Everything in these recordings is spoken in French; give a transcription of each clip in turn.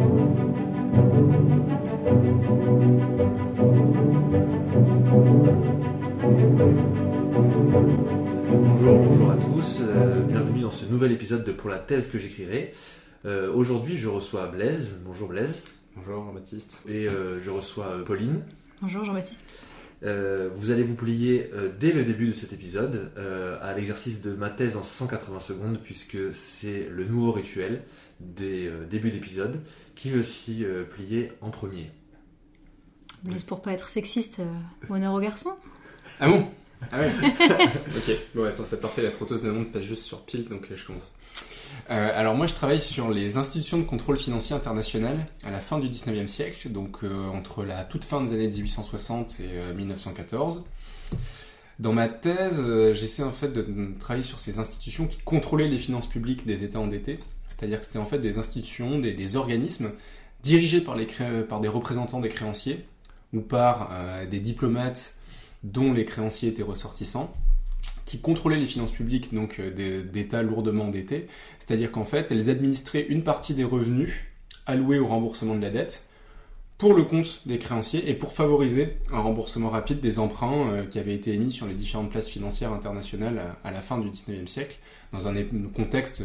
Bonjour à tous, bienvenue dans ce nouvel épisode de Pour la thèse que j'écrirai. Aujourd'hui je reçois Blaise. Bonjour Blaise. Bonjour Jean-Baptiste. Et je reçois Pauline. Bonjour Jean-Baptiste. Vous allez vous plier dès le début de cet épisode à l'exercice de ma thèse en 180 secondes puisque c'est le nouveau rituel des débuts d'épisode qui veut s'y plier en premier. Blaise, pour pas être sexiste, honneur aux garçons. Ah bon? Ah ouais. Ok, bon attends, c'est parfait, la trotteuse de monde passe juste sur pile, donc je commence. Alors moi je travaille sur les institutions de contrôle financier international à la fin du 19e siècle, donc entre la toute fin des années 1860 et 1914. Dans ma thèse, j'essaie en fait de travailler sur ces institutions qui contrôlaient les finances publiques des États endettés, c'est-à-dire que c'était en fait des institutions, des organismes dirigés par des représentants des créanciers ou par des diplomates dont les créanciers étaient ressortissants, qui contrôlaient les finances publiques donc d'États lourdement endettés, c'est-à-dire qu'en fait, elles administraient une partie des revenus alloués au remboursement de la dette pour le compte des créanciers et pour favoriser un remboursement rapide des emprunts qui avaient été émis sur les différentes places financières internationales à la fin du 19e siècle, dans un contexte,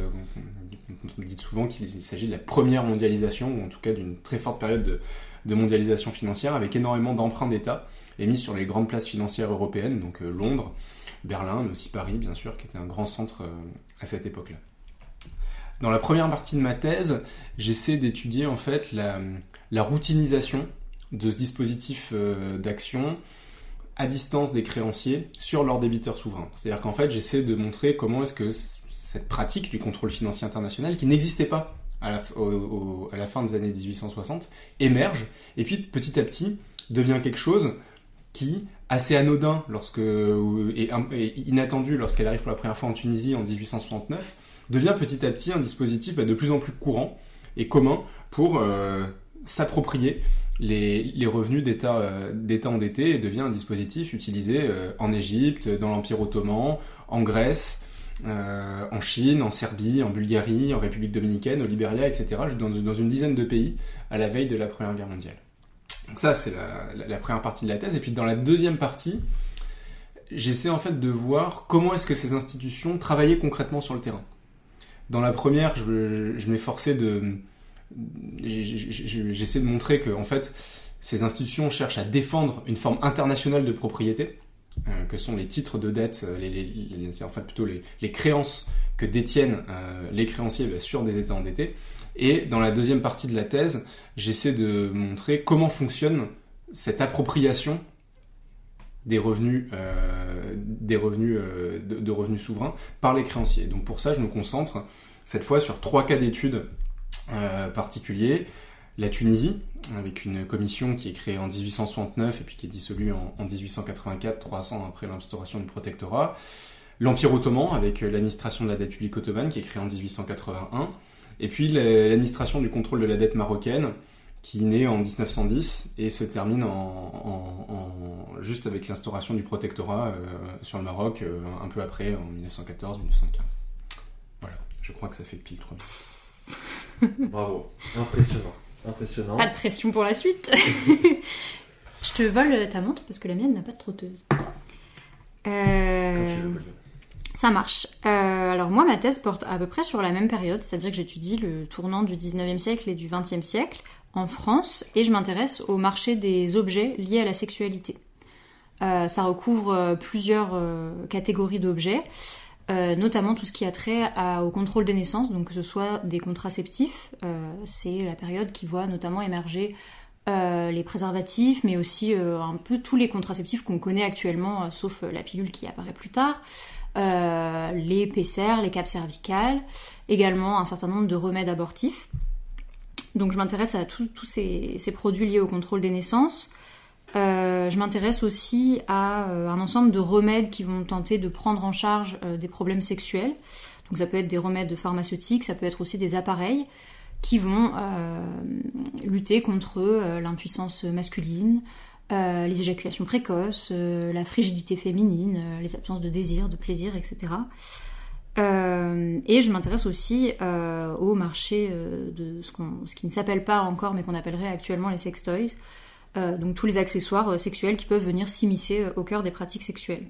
on dit souvent qu'il s'agit de la première mondialisation, ou en tout cas d'une très forte période de mondialisation financière, avec énormément d'emprunts d'État émis sur les grandes places financières européennes, donc Londres, Berlin, mais aussi Paris, bien sûr, qui était un grand centre à cette époque-là. Dans la première partie de ma thèse, j'essaie d'étudier en fait la routinisation de ce dispositif d'action à distance des créanciers sur leurs débiteurs souverains. C'est-à-dire qu'en fait, j'essaie de montrer comment est-ce que cette pratique du contrôle financier international, qui n'existait pas à la fin des années 1860, émerge, et puis petit à petit devient quelque chose qui, assez anodin et inattendu lorsqu'elle arrive pour la première fois en Tunisie en 1869, devient petit à petit un dispositif de plus en plus courant et commun pour s'approprier les revenus d'États endettés, et devient un dispositif utilisé en Égypte, dans l'Empire ottoman, en Grèce, en Chine, en Serbie, en Bulgarie, en République dominicaine, au Liberia, etc., dans une dizaine de pays à la veille de la Première Guerre mondiale. Donc ça, c'est la première partie de la thèse. Et puis dans la deuxième partie, j'essaie en fait de voir comment est-ce que ces institutions travaillaient concrètement sur le terrain. Dans la première, je m'efforçais j'essaie de montrer que en fait, ces institutions cherchent à défendre une forme internationale de propriété, que sont les titres de dette, c'est en fait plutôt les créances que détiennent les créanciers sur des États endettés. Et dans la deuxième partie de la thèse, j'essaie de montrer comment fonctionne cette appropriation des revenus, de revenus souverains par les créanciers. Donc pour ça, je me concentre cette fois sur 3 cas d'études particuliers. La Tunisie, avec une commission qui est créée en 1869 et puis qui est dissolue en 1884, 3 ans après l'instauration du protectorat. L'Empire ottoman, avec l'administration de la dette publique ottomane, qui est créée en 1881. Et puis l'administration du contrôle de la dette marocaine, qui naît en 1910 et se termine juste avec l'instauration du protectorat sur le Maroc, un peu après, en 1914-1915. Voilà, je crois que ça fait pile 3 minutes. Bravo, impressionnant. Pas de pression pour la suite. Je te vole ta montre parce que la mienne n'a pas de trotteuse. Comme tu veux, Pauline. Ça marche. Alors moi, ma thèse porte à peu près sur la même période, c'est-à-dire que j'étudie le tournant du 19e siècle et du 20e siècle en France, et je m'intéresse au marché des objets liés à la sexualité. Ça recouvre plusieurs catégories d'objets, notamment tout ce qui a trait au contrôle des naissances, donc que ce soit des contraceptifs, c'est la période qui voit notamment émerger les préservatifs, mais aussi un peu tous les contraceptifs qu'on connaît actuellement, sauf la pilule qui apparaît plus tard, les PCR, les capes cervicales, également un certain nombre de remèdes abortifs. Donc je m'intéresse à tous ces produits liés au contrôle des naissances. Je m'intéresse aussi à un ensemble de remèdes qui vont tenter de prendre en charge des problèmes sexuels. Donc ça peut être des remèdes pharmaceutiques, ça peut être aussi des appareils qui vont lutter contre l'impuissance masculine, les éjaculations précoces, la frigidité féminine, les absences de désir, de plaisir, etc. Et je m'intéresse aussi au marché de ce qui ne s'appelle pas encore, mais qu'on appellerait actuellement les sex toys. Donc tous les accessoires sexuels qui peuvent venir s'immiscer au cœur des pratiques sexuelles.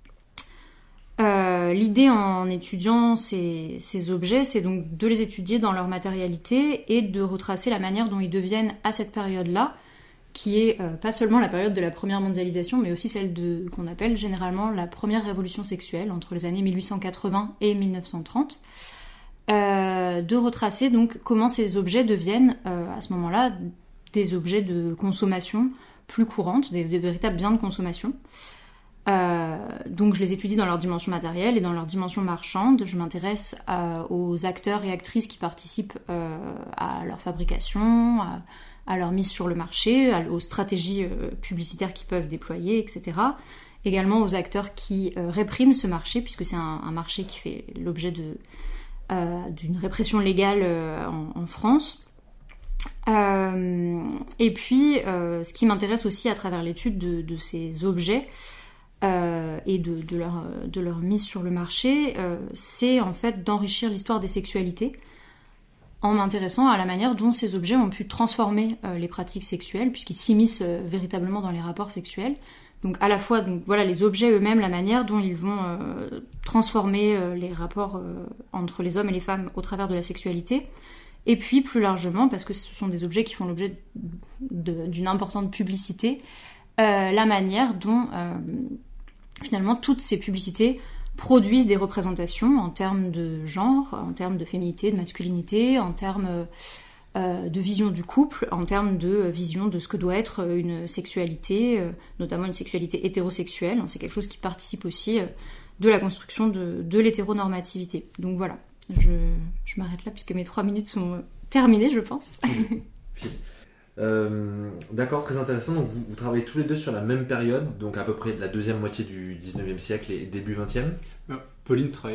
L'idée en étudiant ces objets, c'est donc de les étudier dans leur matérialité et de retracer la manière dont ils deviennent à cette période-là, qui est pas seulement la période de la première mondialisation, mais aussi celle qu'on appelle généralement la première révolution sexuelle, entre les années 1880 et 1930. De retracer donc comment ces objets deviennent à ce moment-là des objets de consommation plus courantes, des véritables biens de consommation. Donc je les étudie dans leur dimension matérielle et dans leur dimension marchande. Je m'intéresse aux acteurs et actrices qui participent à leur fabrication, à leur mise sur le marché, aux stratégies publicitaires qu'ils peuvent déployer, etc. Également aux acteurs qui répriment ce marché, puisque c'est un marché qui fait l'objet d'une répression légale en France. Et puis, ce qui m'intéresse aussi à travers l'étude de ces objets et de leur mise sur le marché, c'est en fait d'enrichir l'histoire des sexualités en m'intéressant à la manière dont ces objets ont pu transformer les pratiques sexuelles, puisqu'ils s'immiscent véritablement dans les rapports sexuels. Donc à la fois les objets eux-mêmes, la manière dont ils vont transformer les rapports entre les hommes et les femmes au travers de la sexualité, et puis plus largement, parce que ce sont des objets qui font l'objet d'une importante publicité, la manière dont finalement toutes ces publicités produisent des représentations en termes de genre, en termes de féminité, de masculinité, en termes de vision du couple, en termes de vision de ce que doit être une sexualité, notamment une sexualité hétérosexuelle. C'est quelque chose qui participe aussi de la construction de l'hétéronormativité. Donc voilà, je m'arrête là puisque mes 3 minutes sont terminées, je pense. D'accord, très intéressant. Donc vous travaillez tous les deux sur la même période, donc à peu près la deuxième moitié du 19e siècle et début 20e. Pauline travaille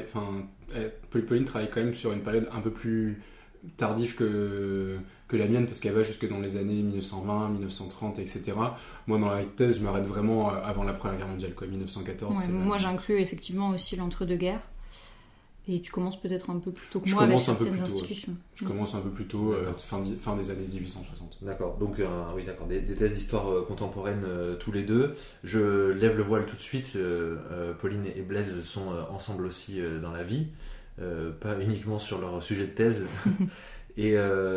quand même sur une période un peu plus tardive que la mienne, parce qu'elle va jusque dans les années 1920, 1930, etc. Moi, dans la thèse, je m'arrête vraiment avant la Première Guerre mondiale, 1914. Ouais, moi, j'inclus effectivement aussi l'entre-deux-guerres. Et tu commences peut-être un peu plus tôt que moi avec certaines institutions. Ouais. Je commence un peu plus tôt, fin des années 1860. D'accord, donc oui, d'accord, des thèses d'histoire contemporaine tous les deux. Je lève le voile tout de suite. Pauline et Blaise sont ensemble aussi dans la vie, pas uniquement sur leur sujet de thèse, et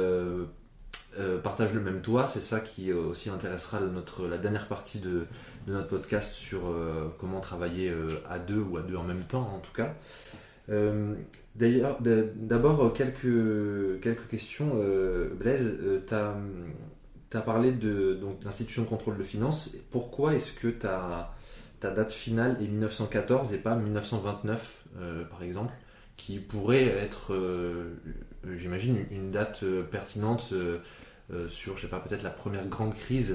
partagent le même toit. C'est ça qui aussi intéressera la dernière partie de notre podcast sur comment travailler à deux ou à deux en même temps, en tout cas. D'ailleurs, d'abord quelques questions. Blaise, tu as parlé de l'institution de contrôle de finances. Pourquoi est-ce que ta date finale est 1914 et pas 1929 par exemple, qui pourrait être, j'imagine, une date pertinente sur, je sais pas, peut-être la première grande crise?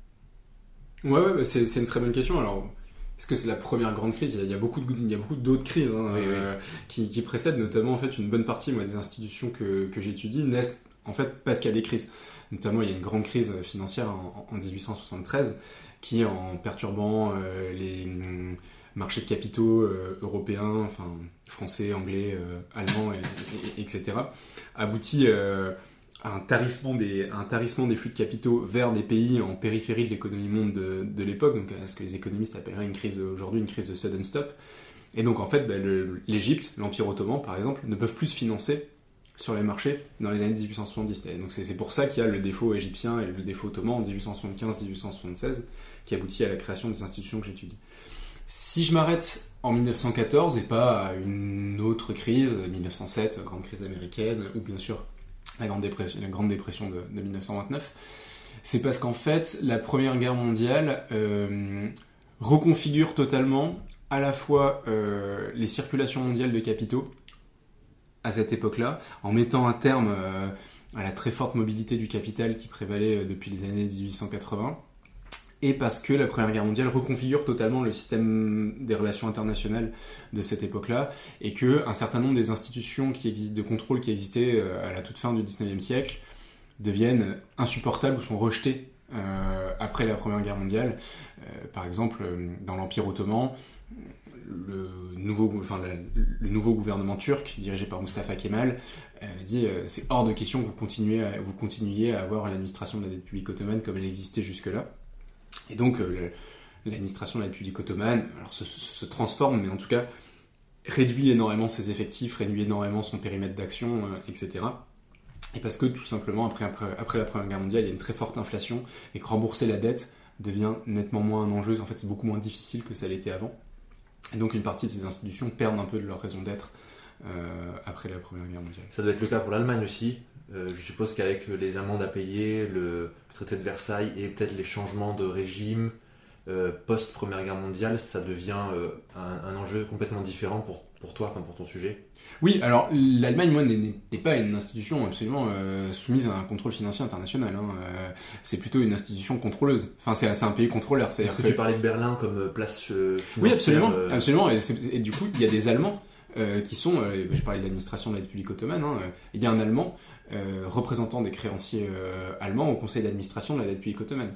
Ouais, c'est une très bonne question. Alors, est-ce que c'est la première grande crise? Il y a beaucoup d'autres crises qui précèdent, notamment en fait une bonne partie des institutions que j'étudie naissent en fait parce qu'il y a des crises. Notamment, il y a une grande crise financière en 1873 qui, en perturbant les marchés de capitaux européens, enfin français, anglais, allemands, etc., aboutit à un tarissement des flux de capitaux vers des pays en périphérie de l'économie monde de l'époque, donc à ce que les économistes appelleraient aujourd'hui une crise de sudden stop. Et donc en fait, l'Égypte, l'Empire ottoman par exemple, ne peuvent plus se financer sur les marchés dans les années 1870. Et donc c'est pour ça qu'il y a le défaut égyptien et le défaut ottoman en 1875-1876 qui aboutit à la création des institutions que j'étudie. Si je m'arrête en 1914 et pas à une autre crise, 1907, grande crise américaine, ou bien sûr la grande dépression de 1929, c'est parce qu'en fait la Première Guerre mondiale reconfigure totalement à la fois les circulations mondiales de capitaux à cette époque-là, en mettant un terme à la très forte mobilité du capital qui prévalait depuis les années 1880, et parce que la Première Guerre mondiale reconfigure totalement le système des relations internationales de cette époque-là, et qu'un certain nombre des institutions de contrôle qui existaient à la toute fin du XIXe siècle deviennent insupportables ou sont rejetées après la Première Guerre mondiale. Par exemple, dans l'Empire ottoman, le nouveau gouvernement turc, dirigé par Mustafa Kemal, dit c'est hors de question que vous continuiez à avoir l'administration de la dette publique ottomane comme elle existait jusque-là. Et donc, l'administration de la dette publique ottomane alors, se transforme, mais en tout cas, réduit énormément ses effectifs, réduit énormément son périmètre d'action, etc. Et parce que, tout simplement, après la Première Guerre mondiale, il y a une très forte inflation, et que rembourser la dette devient nettement moins un enjeu. En fait, c'est beaucoup moins difficile que ça l'était avant. Et donc, une partie de ces institutions perdent un peu de leur raison d'être après la Première Guerre mondiale. Ça doit être le cas pour l'Allemagne aussi. Je suppose qu'avec les amendes à payer, le traité de Versailles et peut-être les changements de régime post-Première Guerre mondiale, ça devient un enjeu complètement différent pour toi, enfin pour ton sujet. Oui, alors l'Allemagne, moi, n'est pas une institution absolument soumise à un contrôle financier international. C'est plutôt une institution contrôleuse. Enfin, c'est un pays contrôleur. Est-ce que tu parlais de Berlin comme place financière? Oui, absolument. Et du coup, il y a des Allemands qui sont... je parlais de l'administration de la dette publique ottomane. Il y a un Allemand représentant des créanciers allemands au conseil d'administration de la dette publique ottomane.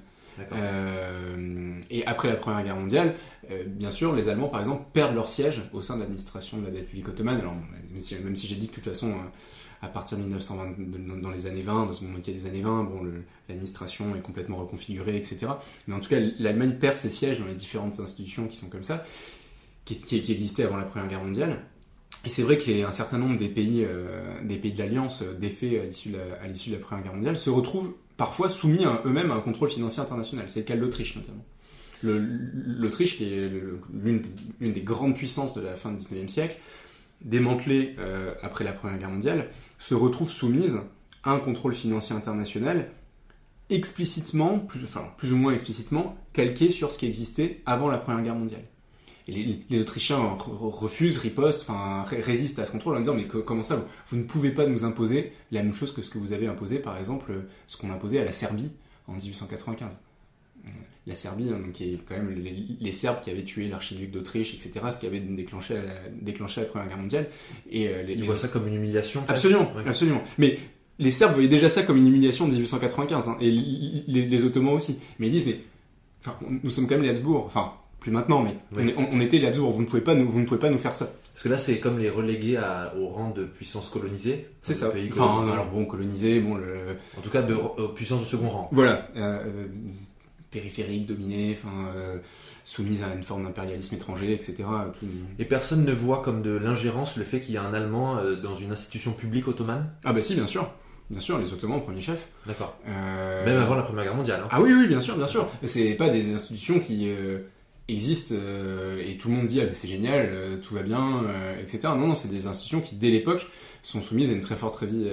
Et après la Première Guerre mondiale, bien sûr, les Allemands, par exemple, perdent leur siège au sein de l'administration de la dette publique ottomane. Alors, même si j'ai dit que de toute façon, à partir de 1920, dans les années 20, dans la seconde moitié des années 20, l'administration est complètement reconfigurée, etc. Mais en tout cas, l'Allemagne perd ses sièges dans les différentes institutions qui sont comme ça, qui existaient avant la Première Guerre mondiale. Et c'est vrai qu'un certain nombre des pays de l'Alliance défaits à l'issue de la Première Guerre mondiale se retrouvent parfois soumis eux-mêmes à un contrôle financier international. C'est le cas de l'Autriche notamment. L'Autriche, qui est l'une des grandes puissances de la fin du XIXe siècle, démantelée après la Première Guerre mondiale, se retrouve soumise à un contrôle financier international explicitement, plus ou moins explicitement, calqué sur ce qui existait avant la Première Guerre mondiale. Et les Autrichiens refusent, ripostent, résistent à ce contrôle en disant mais comment ça, vous ne pouvez pas nous imposer la même chose que ce que vous avez imposé, par exemple, ce qu'on imposait à la Serbie en 1895. La Serbie, qui est quand même les Serbes qui avaient tué l'archiduc d'Autriche, etc., ce qui avait déclenché la Première Guerre mondiale. Et ils voient ça comme une humiliation. Absolument, ouais. Absolument. Mais les Serbes voyaient déjà ça comme une humiliation en 1895, et les Ottomans aussi. Mais ils disent nous sommes quand même les Habsbourg, plus maintenant, mais oui. on était les Habsbourg, vous ne pouvez pas nous faire ça. Parce que là, c'est comme les relégués au rang de puissance colonisée. C'est ça. Pays colonisé, en tout cas, de puissance de second rang. Voilà. Périphérique, dominée, soumise à une forme d'impérialisme étranger, etc. Tout... Et personne ne voit comme de l'ingérence le fait qu'il y a un Allemand dans une institution publique ottomane? Ah bah si, bien sûr. Bien sûr, les Ottomans en premier chef. D'accord. Même avant la Première Guerre mondiale. Ah oui, bien sûr. C'est pas des institutions qui existent et tout le monde dit c'est génial, tout va bien, etc. Non, c'est des institutions qui dès l'époque sont soumises à une très forte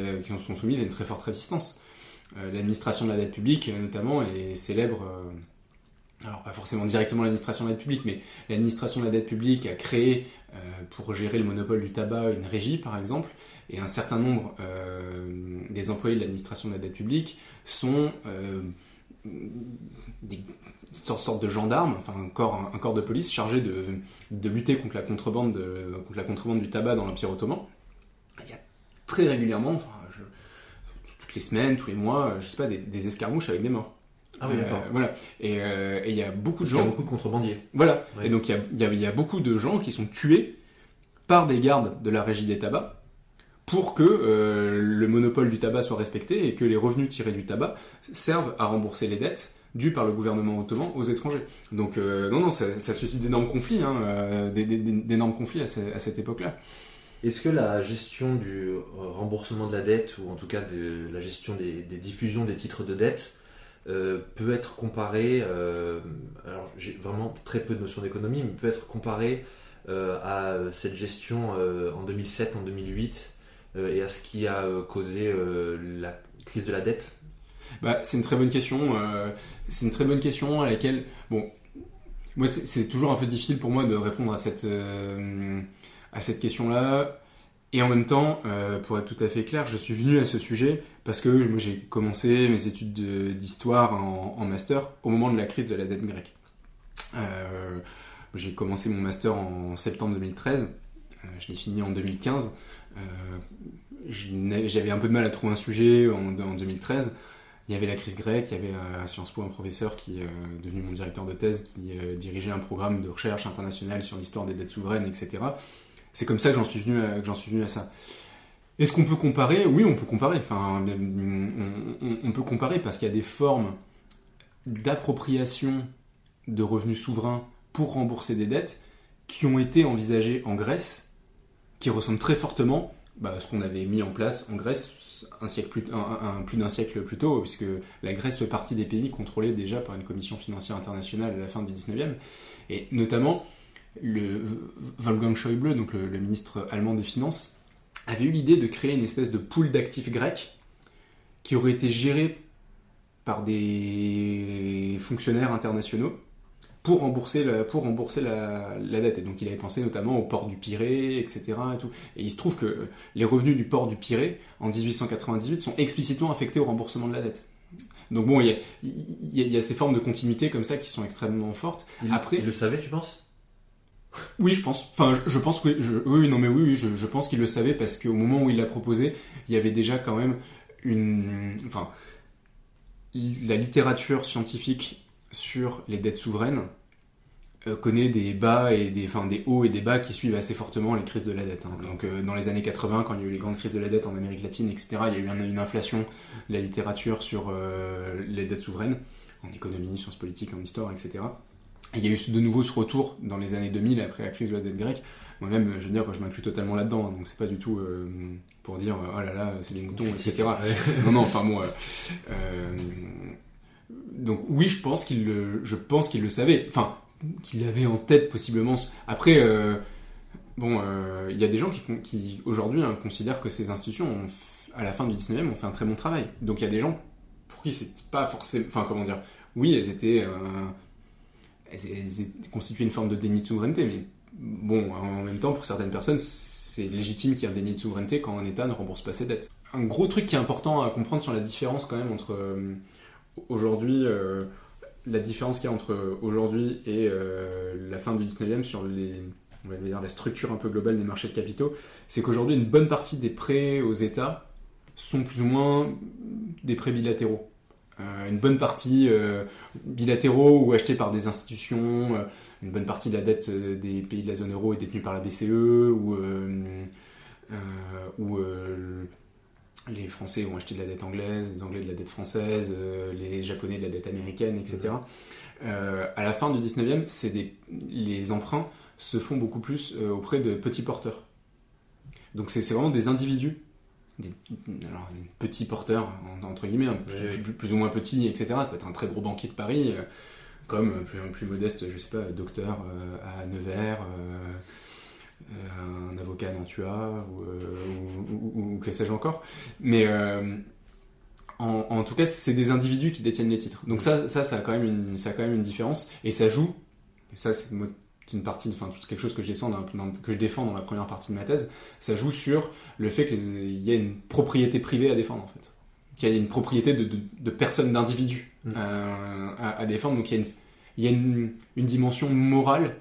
résistance. L'administration de la dette publique notamment est célèbre. Alors pas forcément directement l'administration de la dette publique, mais l'administration de la dette publique a créé pour gérer le monopole du tabac une régie par exemple, et un certain nombre des employés de l'administration de la dette publique sont des sortes de gendarmes, un corps de police chargé de lutter contre la contrebande du tabac dans l'Empire ottoman. Il y a très régulièrement, toutes les semaines, tous les mois, des escarmouches avec des morts. Ah oui, d'accord. Voilà. Et il y a beaucoup de gens. Il y a beaucoup de contrebandiers. Voilà. Ouais. Et donc il y a beaucoup de gens qui sont tués par des gardes de la régie des tabacs pour que le monopole du tabac soit respecté et que les revenus tirés du tabac servent à rembourser les dettes dues par le gouvernement ottoman aux étrangers. Donc ça suscite d'énormes conflits, d'énormes conflits à cette époque-là. Est-ce que la gestion du remboursement de la dette, ou en tout cas de la gestion des diffusions des titres de dette, peut être comparée, alors j'ai vraiment très peu de notions d'économie, mais peut être comparée à cette gestion en 2007, en 2008, et à ce qui a causé la crise de la dette? C'est une très bonne question. C'est une très bonne question à laquelle, moi c'est toujours un peu difficile pour moi de répondre à cette question-là. Et en même temps, pour être tout à fait clair, je suis venu à ce sujet parce que moi j'ai commencé mes études d'histoire en master au moment de la crise de la dette grecque. J'ai commencé mon master en septembre 2013, je l'ai fini en 2015. J'avais un peu de mal à trouver un sujet en 2013. il y avait la crise grecque, il y avait à Sciences Po un professeur qui est devenu mon directeur de thèse, qui dirigeait un programme de recherche internationale sur l'histoire des dettes souveraines, etc. C'est comme ça que j'en suis venu à ça. Est-ce qu'on peut comparer ? Oui, on peut comparer. Enfin, on peut comparer parce qu'il y a des formes d'appropriation de revenus souverains pour rembourser des dettes qui ont été envisagées en Grèce, qui ressemblent très fortement à ce qu'on avait mis en place en Grèce plus d'un siècle plus tôt, puisque la Grèce fait partie des pays contrôlés déjà par une commission financière internationale à la fin du 19e, et notamment le Wolfgang Schäuble, donc le ministre allemand des Finances, avait eu l'idée de créer une espèce de pool d'actifs grecs qui aurait été géré par des fonctionnaires internationaux pour rembourser la dette. Et donc il avait pensé notamment au port du Pirée, etc. Et tout. Et il se trouve que les revenus du port du Pirée, en 1898, sont explicitement affectés au remboursement de la dette. Donc bon, il y a ces formes de continuité comme ça qui sont extrêmement fortes. Après, il le savait, tu penses ? Oui, je pense. Enfin, je pense que je pense qu'il le savait parce qu'au moment où il l'a proposé, il y avait déjà quand même la littérature scientifique sur les dettes souveraines connaît des bas et des hauts et des bas qui suivent assez fortement les crises de la dette. Donc dans les années 80, quand il y a eu les grandes crises de la dette en Amérique latine, etc., il y a eu une inflation de la littérature sur les dettes souveraines, en économie, sciences politiques, en histoire, etc. Et il y a eu de nouveau ce retour dans les années 2000 après la crise de la dette grecque. Moi-même, je veux dire, je m'inclus totalement là-dedans, donc c'est pas du tout pour dire oh là là, c'est des moutons, etc. Non, enfin bon. Donc oui, je pense qu'il le savait, enfin qu'il l'avait en tête possiblement. Après, il y a des gens qui aujourd'hui considèrent que ces institutions, à la fin du 19e, ont fait un très bon travail. Donc il y a des gens pour qui c'est pas forcément, enfin comment dire, oui, elles constituaient une forme de déni de souveraineté, mais bon, en même temps, pour certaines personnes, c'est légitime qu'il y ait un déni de souveraineté quand un État ne rembourse pas ses dettes. Un gros truc qui est important à comprendre sur la différence quand même entre aujourd'hui, la différence qu'il y a entre aujourd'hui et la fin du 19e sur on va dire la structure un peu globale des marchés de capitaux, c'est qu'aujourd'hui, une bonne partie des prêts aux États sont plus ou moins des prêts bilatéraux. Une bonne partie bilatéraux ou achetés par des institutions, une bonne partie de la dette des pays de la zone euro est détenue par la BCE, ou les Français ont acheté de la dette anglaise, les Anglais de la dette française, les Japonais de la dette américaine, etc. À la fin du 19e, les emprunts se font beaucoup plus auprès de petits porteurs. Donc c'est vraiment des individus, des petits porteurs, entre guillemets, plus ou moins petits, etc. Ça peut être un très gros banquier de Paris, comme plus modeste, je sais pas, docteur à Nevers, un avocat à Nantua, ou que sais-je encore. Mais en tout cas, c'est des individus qui détiennent les titres. Donc ça a quand même une différence, et ça joue. Ça, c'est une partie, enfin quelque chose que je défends dans la première partie de ma thèse. Ça joue sur le fait qu'il y a une propriété privée à défendre, en fait. Qu'il y a une propriété de personnes, d'individus à défendre. Donc il y a une dimension morale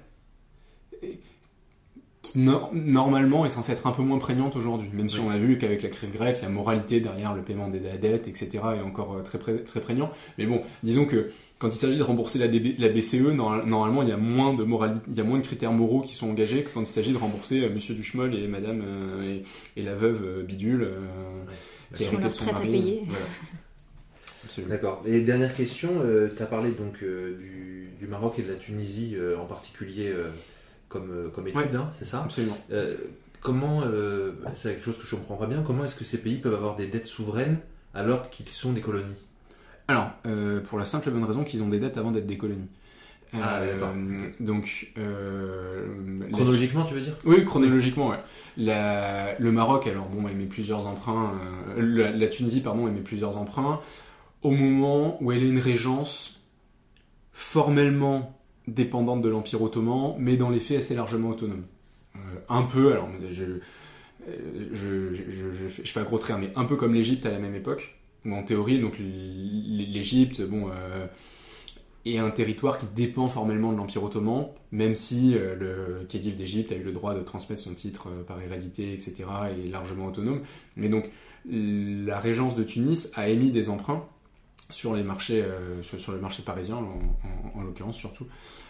qui normalement est censée être un peu moins prégnante aujourd'hui, même si on a vu qu'avec la crise grecque, la moralité derrière le paiement de la dette, etc. est encore très, très prégnant. Mais bon, disons que quand il s'agit de rembourser la BCE, normalement il y a moins de critères moraux qui sont engagés que quand il s'agit de rembourser Monsieur Duchemol et Madame et la veuve Bidule qui a hérité de son mari. Voilà. D'accord. Et dernière question, tu as parlé donc du Maroc et de la Tunisie en particulier comme étude, ouais, c'est ça ? Absolument. Comment, c'est quelque chose que je ne comprends pas bien, comment est-ce que ces pays peuvent avoir des dettes souveraines alors qu'ils sont des colonies ? Alors, pour la simple et bonne raison qu'ils ont des dettes avant d'être des colonies. D'accord. Donc, chronologiquement, tu veux dire ? Oui, chronologiquement, ouais. Le Maroc, alors bon, émet plusieurs emprunts. La Tunisie, pardon, émet plusieurs emprunts au moment où elle est une régence formellement dépendante de l'Empire ottoman, mais dans les faits assez largement autonome. Un peu, alors je fais un gros trait, mais un peu comme l'Égypte à la même époque, où en théorie, donc l'Égypte, est un territoire qui dépend formellement de l'Empire ottoman, même si le khedive d'Égypte a eu le droit de transmettre son titre par hérédité, etc., et est largement autonome. Mais donc, la régence de Tunis a émis des emprunts sur les marchés, sur le marché parisien en l'occurrence surtout.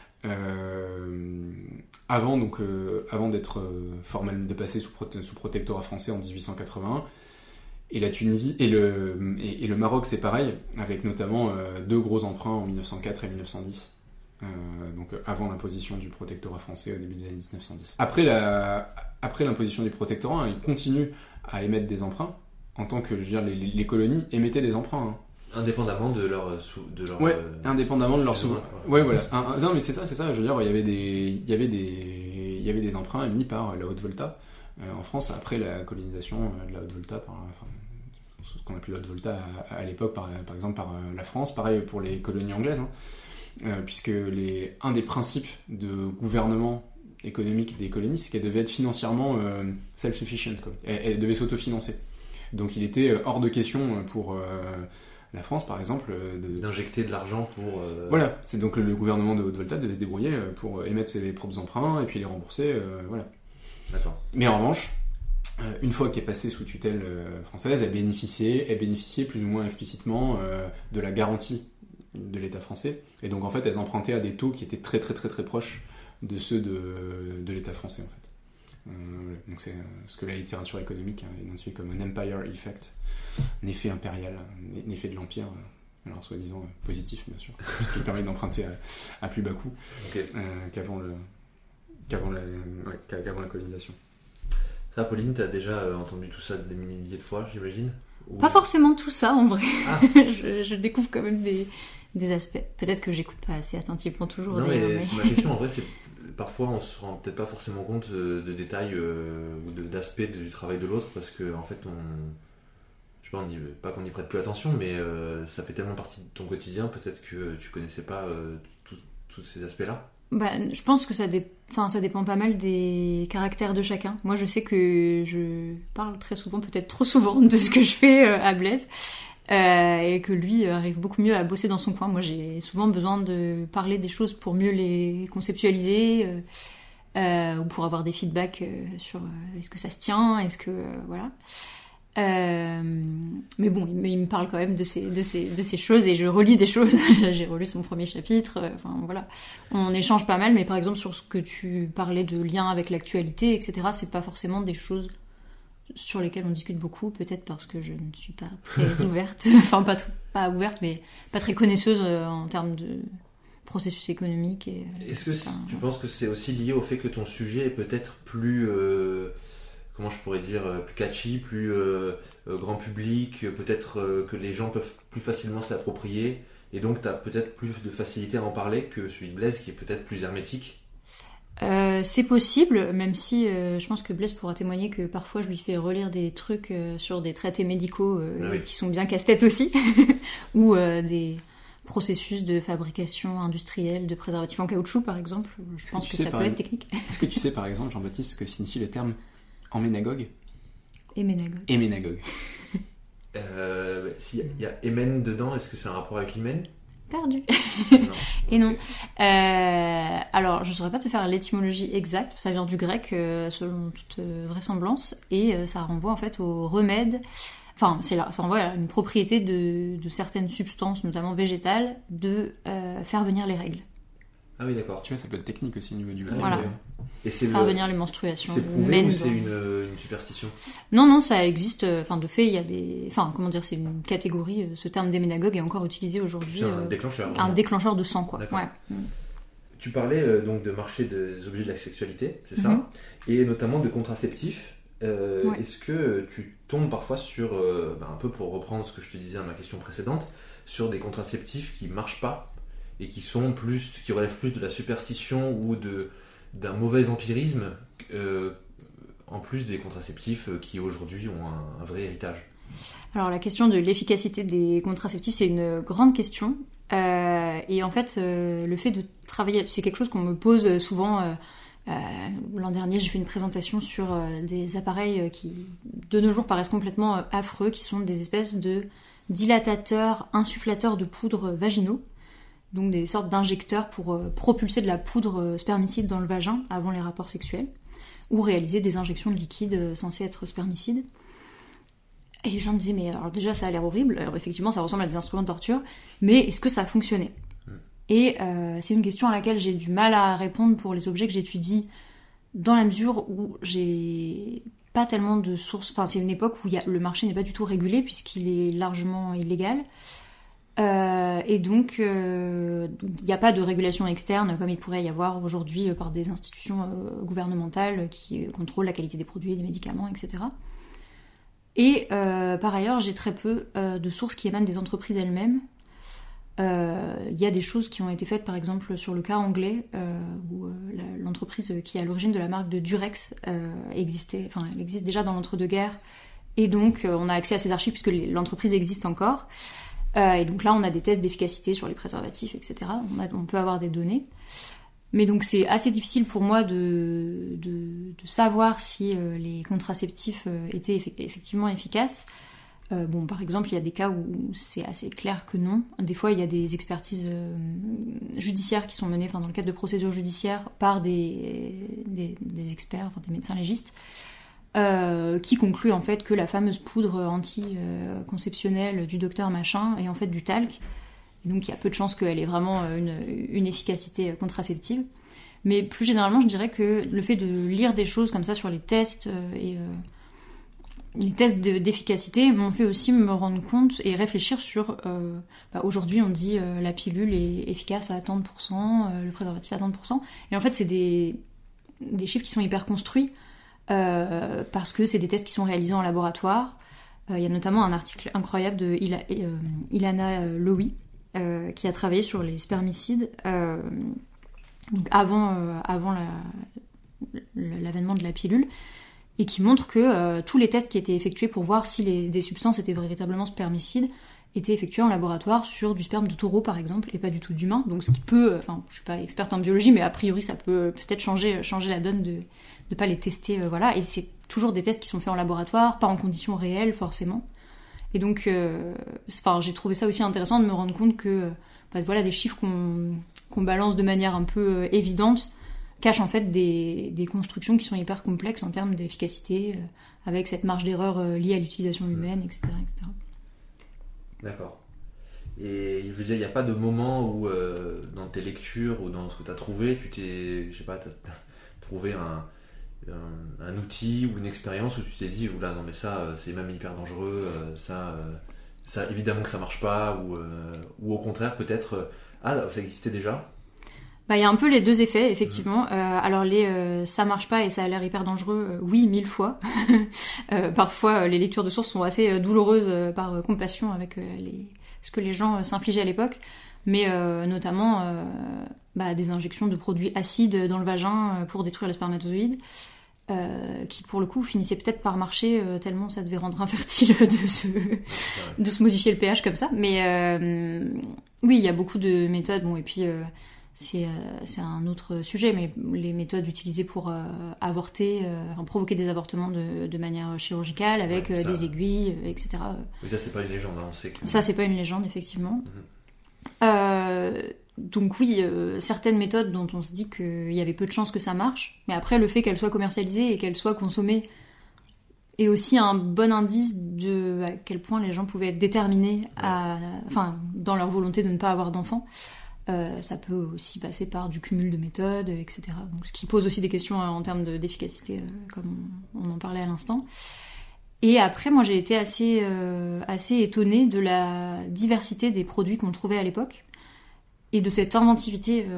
Avant d'être formellement de passer sous protectorat français en 1881, et la Tunisie et le Maroc c'est pareil, avec notamment 2 gros emprunts en 1904 et 1910. Donc avant l'imposition du protectorat français au début des années 1910. Après l'imposition du protectorat, ils continuent à émettre des emprunts en tant que les colonies émettaient des emprunts. Hein. Indépendamment de leur indépendamment de leur souverain. Ouais, voilà. Non, mais c'est ça. Je veux dire, il y avait des emprunts émis par la Haute-Volta en France après la colonisation de la Haute-Volta ce qu'on appelait la Haute-Volta à l'époque, par exemple par la France. Pareil pour les colonies anglaises, hein, puisque un des principes de gouvernement économique des colonies, c'est qu'elles devaient être financièrement self-sufficient, quoi. Elles devaient s'autofinancer. Donc il était hors de question pour la France, par exemple, d'injecter de l'argent pour... Voilà, c'est donc le gouvernement de Haute-Volta devait se débrouiller pour émettre ses propres emprunts et puis les rembourser, voilà. D'accord. Mais en revanche, une fois qu'elle est passée sous tutelle française, elle bénéficiait plus ou moins explicitement de la garantie de l'État français. Et donc en fait, elles empruntaient à des taux qui étaient très très très très proches de ceux de l'État français, en fait. Donc c'est ce que la littérature économique identifie comme un empire effect, un effet impérial, un effet de l'empire, alors soi-disant positif bien sûr, puisqu'il permet d'emprunter à plus bas coût, okay. qu'avant la colonisation. Ça, Pauline, t'as déjà entendu tout ça des milliers de fois, j'imagine? Ou... Pas forcément tout ça en vrai. Ah. je découvre quand même des aspects. Peut-être que j'écoute pas assez attentivement toujours. Non, mais c'est ma question en vrai, c'est parfois on se rend peut-être pas forcément compte de détails ou d'aspects du travail de l'autre parce que en fait je sais pas, pas qu'on y prête plus attention, mais ça fait tellement partie de ton quotidien, peut-être que tu connaissais pas tous ces aspects-là. Bah, je pense que ça dépend pas mal des caractères de chacun. Moi, je sais que je parle très souvent, peut-être trop souvent, de ce que je fais à Blaise. Et que lui arrive beaucoup mieux à bosser dans son coin. Moi, j'ai souvent besoin de parler des choses pour mieux les conceptualiser ou pour avoir des feedbacks sur est-ce que ça se tient, est-ce que... voilà. Mais bon, il me parle quand même de ces choses et je relis des choses. J'ai relu son premier chapitre. Enfin, voilà. On échange pas mal, mais par exemple, sur ce que tu parlais de lien avec l'actualité, etc., c'est pas forcément des choses sur lesquelles on discute beaucoup, peut-être parce que je ne suis pas très ouverte, enfin pas ouverte, mais pas très connaisseuse en termes de processus économique. Est-ce que tu penses que c'est aussi lié au fait que ton sujet est peut-être plus, comment je pourrais dire, plus catchy, plus grand public, peut-être que les gens peuvent plus facilement se l'approprier, et donc tu as peut-être plus de facilité à en parler que celui de Blaise qui est peut-être plus hermétique? C'est possible, même si je pense que Blaise pourra témoigner que parfois je lui fais relire des trucs sur des traités médicaux oui. qui sont bien casse-tête aussi, ou des processus de fabrication industrielle de préservatifs en caoutchouc par exemple. Je pense que ça peut être technique. Est-ce que tu sais par exemple, Jean-Baptiste, ce que signifie le terme emménagogue? Emménagogue. S'il y a émen dedans, est-ce que c'est un rapport avec l'hymen? Perdu. Non. Et non. Alors, je ne saurais pas te faire l'étymologie exacte, ça vient du grec selon toute vraisemblance, et ça renvoie en fait au remède, enfin, ça renvoie à une propriété de certaines substances, notamment végétales, de faire venir les règles. Ah oui, d'accord. Tu vois, ça peut être technique aussi au niveau du grec. Voilà. Et c'est faire venir les menstruations. C'est prouvé ou c'est une superstition? Non, ça existe. Enfin, de fait, il y a des... Enfin, comment dire, c'est une catégorie. Ce terme d'éménagogue est encore utilisé aujourd'hui. C'est un déclencheur. Un déclencheur de sang, quoi. D'accord. Ouais. Tu parlais donc de marché des objets de la sexualité, c'est ça? Et notamment de contraceptifs. Ouais. Est-ce que tu tombes parfois sur, un peu pour reprendre ce que je te disais à ma question précédente, sur des contraceptifs qui marchent pas et qui relèvent plus de la superstition ou d'un mauvais empirisme, en plus des contraceptifs qui aujourd'hui ont un vrai héritage? Alors la question de l'efficacité des contraceptifs, c'est une grande question. Et en fait, le fait de travailler, c'est quelque chose qu'on me pose souvent. L'an dernier, j'ai fait une présentation sur des appareils qui, de nos jours, paraissent complètement affreux, qui sont des espèces de dilatateurs, insufflateurs de poudre vaginaux. Donc des sortes d'injecteurs pour propulser de la poudre spermicide dans le vagin avant les rapports sexuels, ou réaliser des injections de liquide censés être spermicides. Et les gens me disaient, mais alors déjà ça a l'air horrible, alors effectivement ça ressemble à des instruments de torture, mais est-ce que ça a fonctionné ? Et c'est une question à laquelle j'ai du mal à répondre pour les objets que j'étudie, dans la mesure où j'ai pas tellement de sources, enfin c'est une époque où le marché n'est pas du tout régulé puisqu'il est largement illégal. Et donc il n'y a pas de régulation externe comme il pourrait y avoir aujourd'hui par des institutions gouvernementales qui contrôlent la qualité des produits, des médicaments, etc. Et par ailleurs, j'ai très peu de sources qui émanent des entreprises elles-mêmes. Il y a des choses qui ont été faites, par exemple sur le cas anglais, où l'entreprise qui est à l'origine de la marque de Durex elle existe déjà dans l'entre-deux-guerres, et donc on a accès à ces archives puisque l'entreprise existe encore. Et donc là, on a des tests d'efficacité sur les préservatifs, etc. On peut avoir des données. Mais donc c'est assez difficile pour moi de savoir si les contraceptifs étaient effectivement efficaces. Par exemple, il y a des cas où c'est assez clair que non. Des fois, il y a des expertises judiciaires qui sont menées, dans le cadre de procédures judiciaires, par des experts, des médecins légistes, qui concluent en fait que la fameuse poudre anticonceptionnelle du docteur machin est en fait du talc. Et donc, il y a peu de chances qu'elle ait vraiment une efficacité contraceptive. Mais plus généralement, je dirais que le fait de lire des choses comme ça sur les tests les tests d'efficacité m'ont fait aussi me rendre compte et réfléchir sur... aujourd'hui, on dit la pilule est efficace à tant de pourcents, le préservatif à tant de pourcents. Et en fait, c'est des chiffres qui sont hyper construits parce que c'est des tests qui sont réalisés en laboratoire. Il y a notamment un article incroyable de Ilana Lowy qui a travaillé sur les spermicides donc avant l'avènement de la pilule, et qui montre que tous les tests qui étaient effectués pour voir si des substances étaient véritablement spermicides étaient effectués en laboratoire sur du sperme de taureau par exemple, et pas du tout d'humain. Donc ce qui peut, je suis pas experte en biologie, mais a priori ça peut peut-être changer la donne de pas les tester, voilà. Et c'est toujours des tests qui sont faits en laboratoire, pas en conditions réelles forcément. Et donc, j'ai trouvé ça aussi intéressant de me rendre compte que, des chiffres qu'on balance de manière un peu évidente cachent en fait des constructions qui sont hyper complexes en termes d'efficacité, avec cette marge d'erreur liée à l'utilisation humaine, etc. etc. D'accord. Et je veux dire, il n'y a pas de moment où, dans tes lectures ou dans ce que tu as trouvé, t'as trouvé un outil ou une expérience où tu t'es dit, oula, non mais ça, c'est même hyper dangereux, ça évidemment que ça marche pas, ou au contraire, peut-être, ça existait déjà. Il y a un peu les deux effets, effectivement. Alors ça marche pas et ça a l'air hyper dangereux, oui, 1000 fois. Parfois, les lectures de sources sont assez douloureuses par compassion avec ce que les gens s'infligeaient à l'époque. Mais notamment des injections de produits acides dans le vagin pour détruire les spermatozoïdes, qui pour le coup finissaient peut-être par marcher tellement ça devait rendre infertile de se modifier le pH comme ça. Mais oui, il y a beaucoup de méthodes. Bon, et puis... c'est un autre sujet, mais les méthodes utilisées pour avorter, provoquer des avortements de manière chirurgicale avec des aiguilles, etc. Mais ça, c'est pas une légende, on sait que... Ça, c'est pas une légende, effectivement. Donc oui, certaines méthodes dont on se dit qu'il y avait peu de chances que ça marche, mais après, le fait qu'elles soient commercialisées et qu'elles soient consommées est aussi un bon indice de à quel point les gens pouvaient être déterminés dans leur volonté de ne pas avoir d'enfants. Ça peut aussi passer par du cumul de méthodes, etc. Donc, ce qui pose aussi des questions en termes d'efficacité, comme on en parlait à l'instant. Et après, moi, j'ai été assez étonnée de la diversité des produits qu'on trouvait à l'époque et de cette inventivité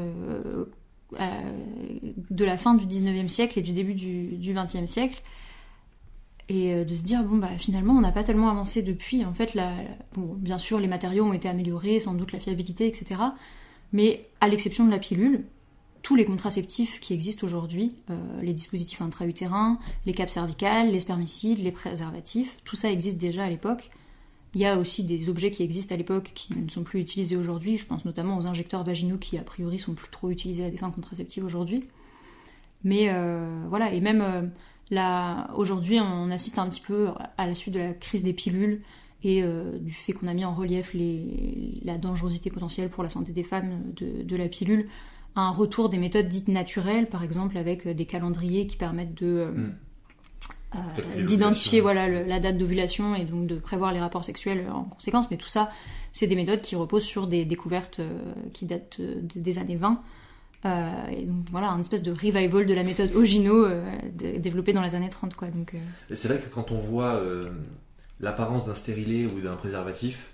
de la fin du 19e siècle et du début du 20e siècle. Et de se dire, finalement, on n'a pas tellement avancé depuis. En fait, bien sûr, les matériaux ont été améliorés, sans doute la fiabilité, etc. Mais à l'exception de la pilule, tous les contraceptifs qui existent aujourd'hui, les dispositifs intra-utérins, les capes cervicales, les spermicides, les préservatifs, tout ça existe déjà à l'époque. Il y a aussi des objets qui existent à l'époque qui ne sont plus utilisés aujourd'hui. Je pense notamment aux injecteurs vaginaux qui, a priori, sont plus trop utilisés à des fins contraceptives aujourd'hui. Mais voilà, et même aujourd'hui, on assiste un petit peu à la suite de la crise des pilules et du fait qu'on a mis en relief la dangerosité potentielle pour la santé des femmes de la pilule, un retour des méthodes dites naturelles, par exemple avec des calendriers qui permettent d'identifier la date d'ovulation et donc de prévoir les rapports sexuels en conséquence, mais tout ça, c'est des méthodes qui reposent sur des découvertes qui datent des années 20. Et donc voilà, un espèce de revival de la méthode Ogino développée dans les années 30, quoi. Donc, Et c'est vrai que quand on voit l'apparence d'un stérilet ou d'un préservatif,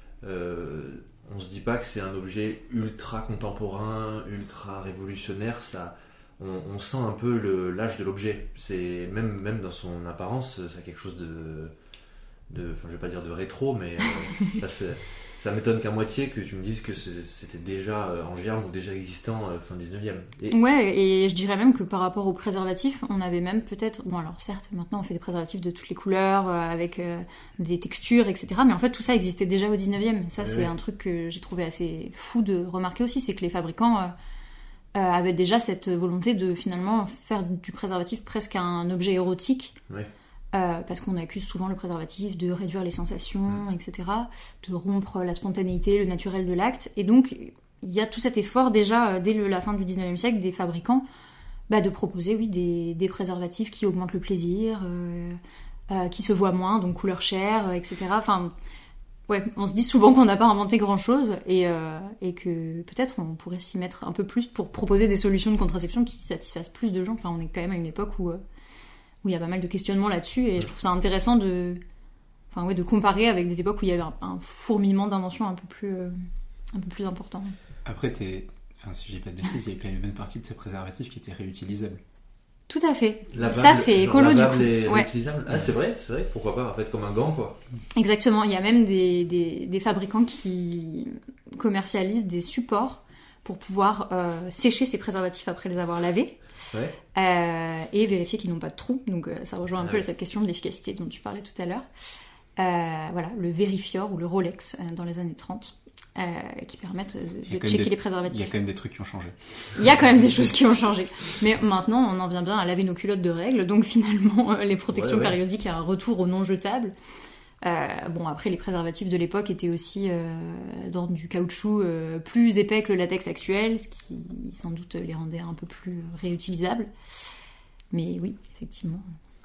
on se dit pas que c'est un objet ultra contemporain, ultra révolutionnaire. On sent un peu l'âge de l'objet. C'est même dans son apparence, ça a quelque chose je vais pas dire de rétro, mais ça m'étonne qu'à moitié que tu me dises que c'était déjà en germe ou déjà existant fin 19e. Ouais, et je dirais même que par rapport aux préservatifs, on avait même peut-être... Bon alors certes, maintenant on fait des préservatifs de toutes les couleurs, avec des textures, etc. Mais en fait tout ça existait déjà au 19e. Ça c'est un truc que j'ai trouvé assez fou de remarquer aussi, c'est que les fabricants avaient déjà cette volonté de finalement faire du préservatif presque un objet érotique. Ouais. Parce qu'on accuse souvent le préservatif de réduire les sensations, etc., de rompre la spontanéité, le naturel de l'acte. Et donc, il y a tout cet effort déjà, dès la fin du 19e siècle, des fabricants, de proposer des préservatifs qui augmentent le plaisir, qui se voient moins, donc couleur chair, etc. Enfin, ouais, on se dit souvent qu'on n'a pas inventé grand-chose et que peut-être on pourrait s'y mettre un peu plus pour proposer des solutions de contraception qui satisfassent plus de gens. Enfin, on est quand même à une époque où il y a pas mal de questionnements là-dessus, et je trouve ça intéressant de comparer avec des époques où il y avait un fourmillement d'inventions un peu plus important. Après, si j'ai pas de bêtises, il y a quand même une bonne partie de ces préservatifs qui étaient réutilisables. Tout à fait. Ça, c'est écolo du coup. Réutilisable. Ah, c'est vrai, pourquoi pas, en fait, comme un gant, quoi. Exactement, il y a même des fabricants qui commercialisent des supports pour pouvoir sécher ces préservatifs après les avoir lavés. Ouais. Et vérifier qu'ils n'ont pas de trous. Donc ça rejoint un peu cette question de l'efficacité dont tu parlais tout à l'heure. Le Verifior ou le Rolex dans les années 30 qui permettent de checker les préservatifs. Il y a quand même des trucs qui ont changé. Il y a quand même des choses qui ont changé. Mais maintenant, on en vient bien à laver nos culottes de règles. Donc finalement, les protections périodiques, il y a un retour au non jetable. Après, les préservatifs de l'époque étaient aussi dans du caoutchouc plus épais que le latex actuel, ce qui sans doute les rendait un peu plus réutilisables. Mais oui, effectivement.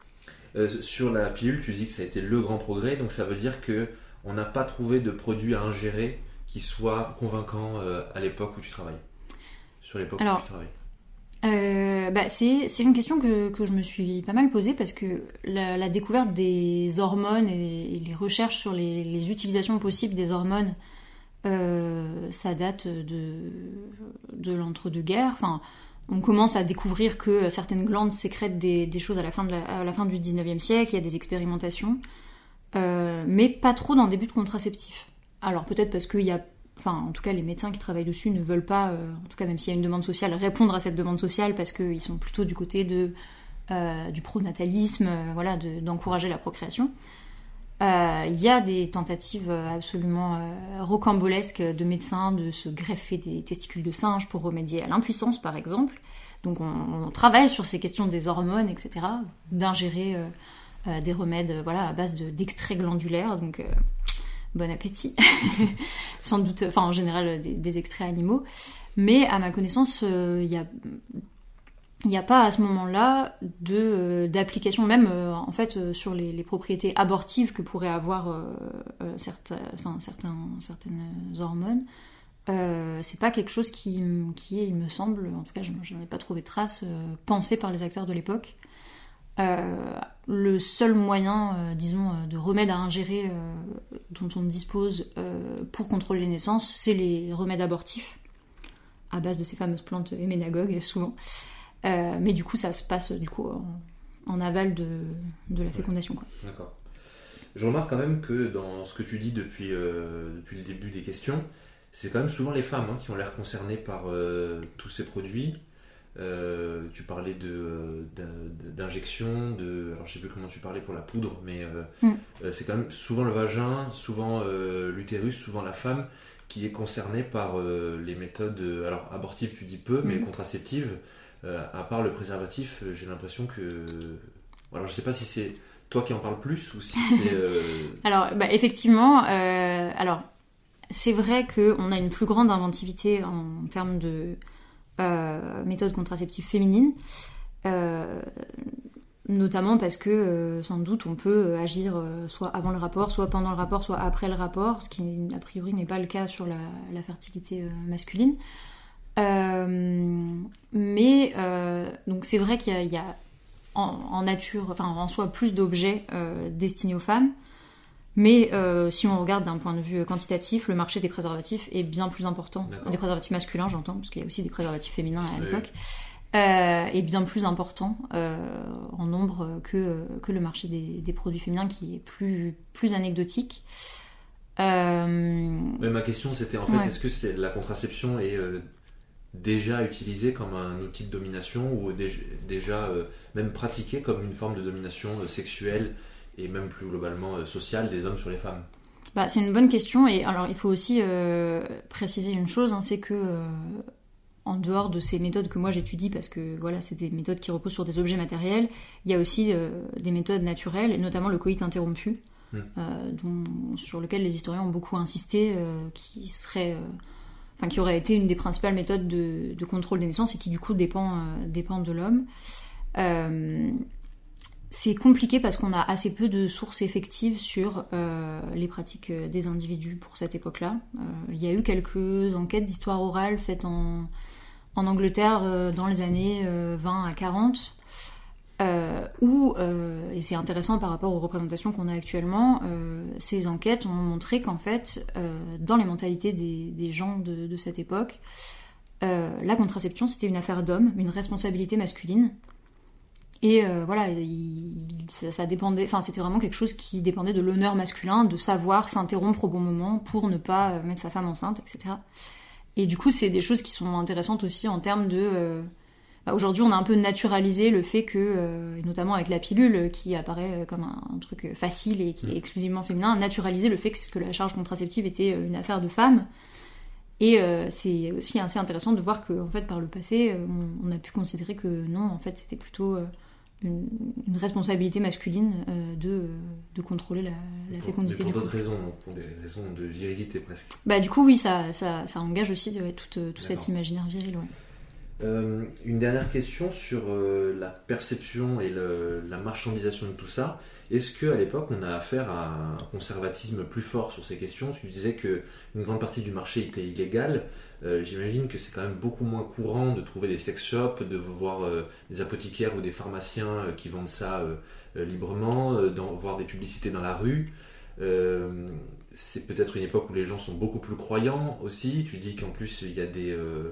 Sur la pilule, tu dis que ça a été le grand progrès, donc ça veut dire qu'on n'a pas trouvé de produit à ingérer qui soit convaincant à l'époque où tu travailles. Sur l'époque où tu travailles. C'est une question que je me suis pas mal posée, parce que la découverte des hormones et les recherches sur les utilisations possibles des hormones, ça date de l'entre-deux-guerres. Enfin, on commence à découvrir que certaines glandes sécrètent des choses à la fin du 19e siècle, il y a des expérimentations, mais pas trop dans des buts contraceptifs. Alors peut-être parce qu'il y a... en tout cas, les médecins qui travaillent dessus ne veulent pas, en tout cas même s'il y a une demande sociale, répondre à cette demande sociale, parce qu'ils sont plutôt du côté du pronatalisme, d'encourager la procréation. Il y a des tentatives absolument rocambolesques de médecins de se greffer des testicules de singe pour remédier à l'impuissance, par exemple. Donc on travaille sur ces questions des hormones, etc., d'ingérer des remèdes à base d'extraits glandulaires, donc... Bon appétit. Sans doute, en général des extraits animaux, mais à ma connaissance il n'y a pas à ce moment-là d'application même sur les propriétés abortives que pourraient avoir certaines hormones. C'est pas quelque chose qui est, il me semble, en tout cas j'en ai pas trouvé de trace, pensé par les acteurs de l'époque. Le seul moyen, de remède à ingérer dont on dispose pour contrôler les naissances, c'est les remèdes abortifs, à base de ces fameuses plantes héménagogues, souvent. Mais du coup, ça se passe en aval de la fécondation, quoi. D'accord. Je remarque quand même que dans ce que tu dis depuis le début des questions, c'est quand même souvent les femmes qui ont l'air concernées par tous ces produits. Tu parlais d'injection, alors je sais plus comment tu parlais pour la poudre, mais c'est quand même souvent le vagin, souvent l'utérus, souvent la femme qui est concernée par les méthodes, alors abortives tu dis peu, mais contraceptives. À part le préservatif, j'ai l'impression que... Alors je sais pas si c'est toi qui en parles plus ou si c'est... Alors effectivement, c'est vrai qu'on a une plus grande inventivité en termes de... méthode contraceptive féminine. Notamment parce que, sans doute, on peut agir soit avant le rapport, soit pendant le rapport, soit après le rapport, ce qui, a priori, n'est pas le cas sur la fertilité masculine. Donc c'est vrai qu'il y a en nature, enfin en soi, plus d'objets destinés aux femmes. Mais si on regarde d'un point de vue quantitatif, le marché des préservatifs est bien plus important. D'accord. Des préservatifs masculins, j'entends, parce qu'il y a aussi des préservatifs féminins à l'époque. Est bien plus important en nombre que le marché des produits féminins, qui est plus anecdotique. Ma question c'était en fait, est-ce que la contraception est déjà utilisée comme un outil de domination ou déjà même pratiquée comme une forme de domination sexuelle et même plus globalement sociale des hommes sur les femmes? C'est une bonne question, et alors il faut aussi préciser une chose, c'est que en dehors de ces méthodes que moi j'étudie, parce que voilà, c'est des méthodes qui reposent sur des objets matériels, il y a aussi des méthodes naturelles, et notamment le coït interrompu, sur lequel les historiens ont beaucoup insisté, qui aurait été une des principales méthodes de contrôle des naissances et qui du coup dépend de l'homme. C'est compliqué parce qu'on a assez peu de sources effectives sur les pratiques des individus pour cette époque-là. Il y a eu quelques enquêtes d'histoire orale faites en Angleterre dans les années 20 à 40, et c'est intéressant par rapport aux représentations qu'on a actuellement, ces enquêtes ont montré qu'en fait, dans les mentalités des gens de cette époque, la contraception c'était une affaire d'homme, une responsabilité masculine. Et ça dépendait, enfin c'était vraiment quelque chose qui dépendait de l'honneur masculin, de savoir s'interrompre au bon moment pour ne pas mettre sa femme enceinte, etc. Et du coup, c'est des choses qui sont intéressantes aussi en termes de... aujourd'hui, on a un peu naturalisé le fait que, et notamment avec la pilule, qui apparaît comme un truc facile et qui est exclusivement féminin, naturaliser le fait que la charge contraceptive était une affaire de femmes. Et c'est aussi assez intéressant de voir que, en fait, par le passé, on a pu considérer que non, en fait, c'était plutôt une responsabilité masculine de contrôler la fécondité du couple. Pour d'autres raisons, pour des raisons de virilité presque. Du coup, oui, ça engage aussi tout cet imaginaire viril, ouais. Une dernière question sur la perception et la marchandisation de tout ça. Est-ce qu'à l'époque, on a affaire à un conservatisme plus fort sur ces questions? Tu disais qu'une grande partie du marché était illégale. J'imagine que c'est quand même beaucoup moins courant de trouver des sex shops, de voir des apothicaires ou des pharmaciens qui vendent ça librement, voir des publicités dans la rue. C'est peut-être une époque où les gens sont beaucoup plus croyants aussi. Tu dis qu'en plus, il y a des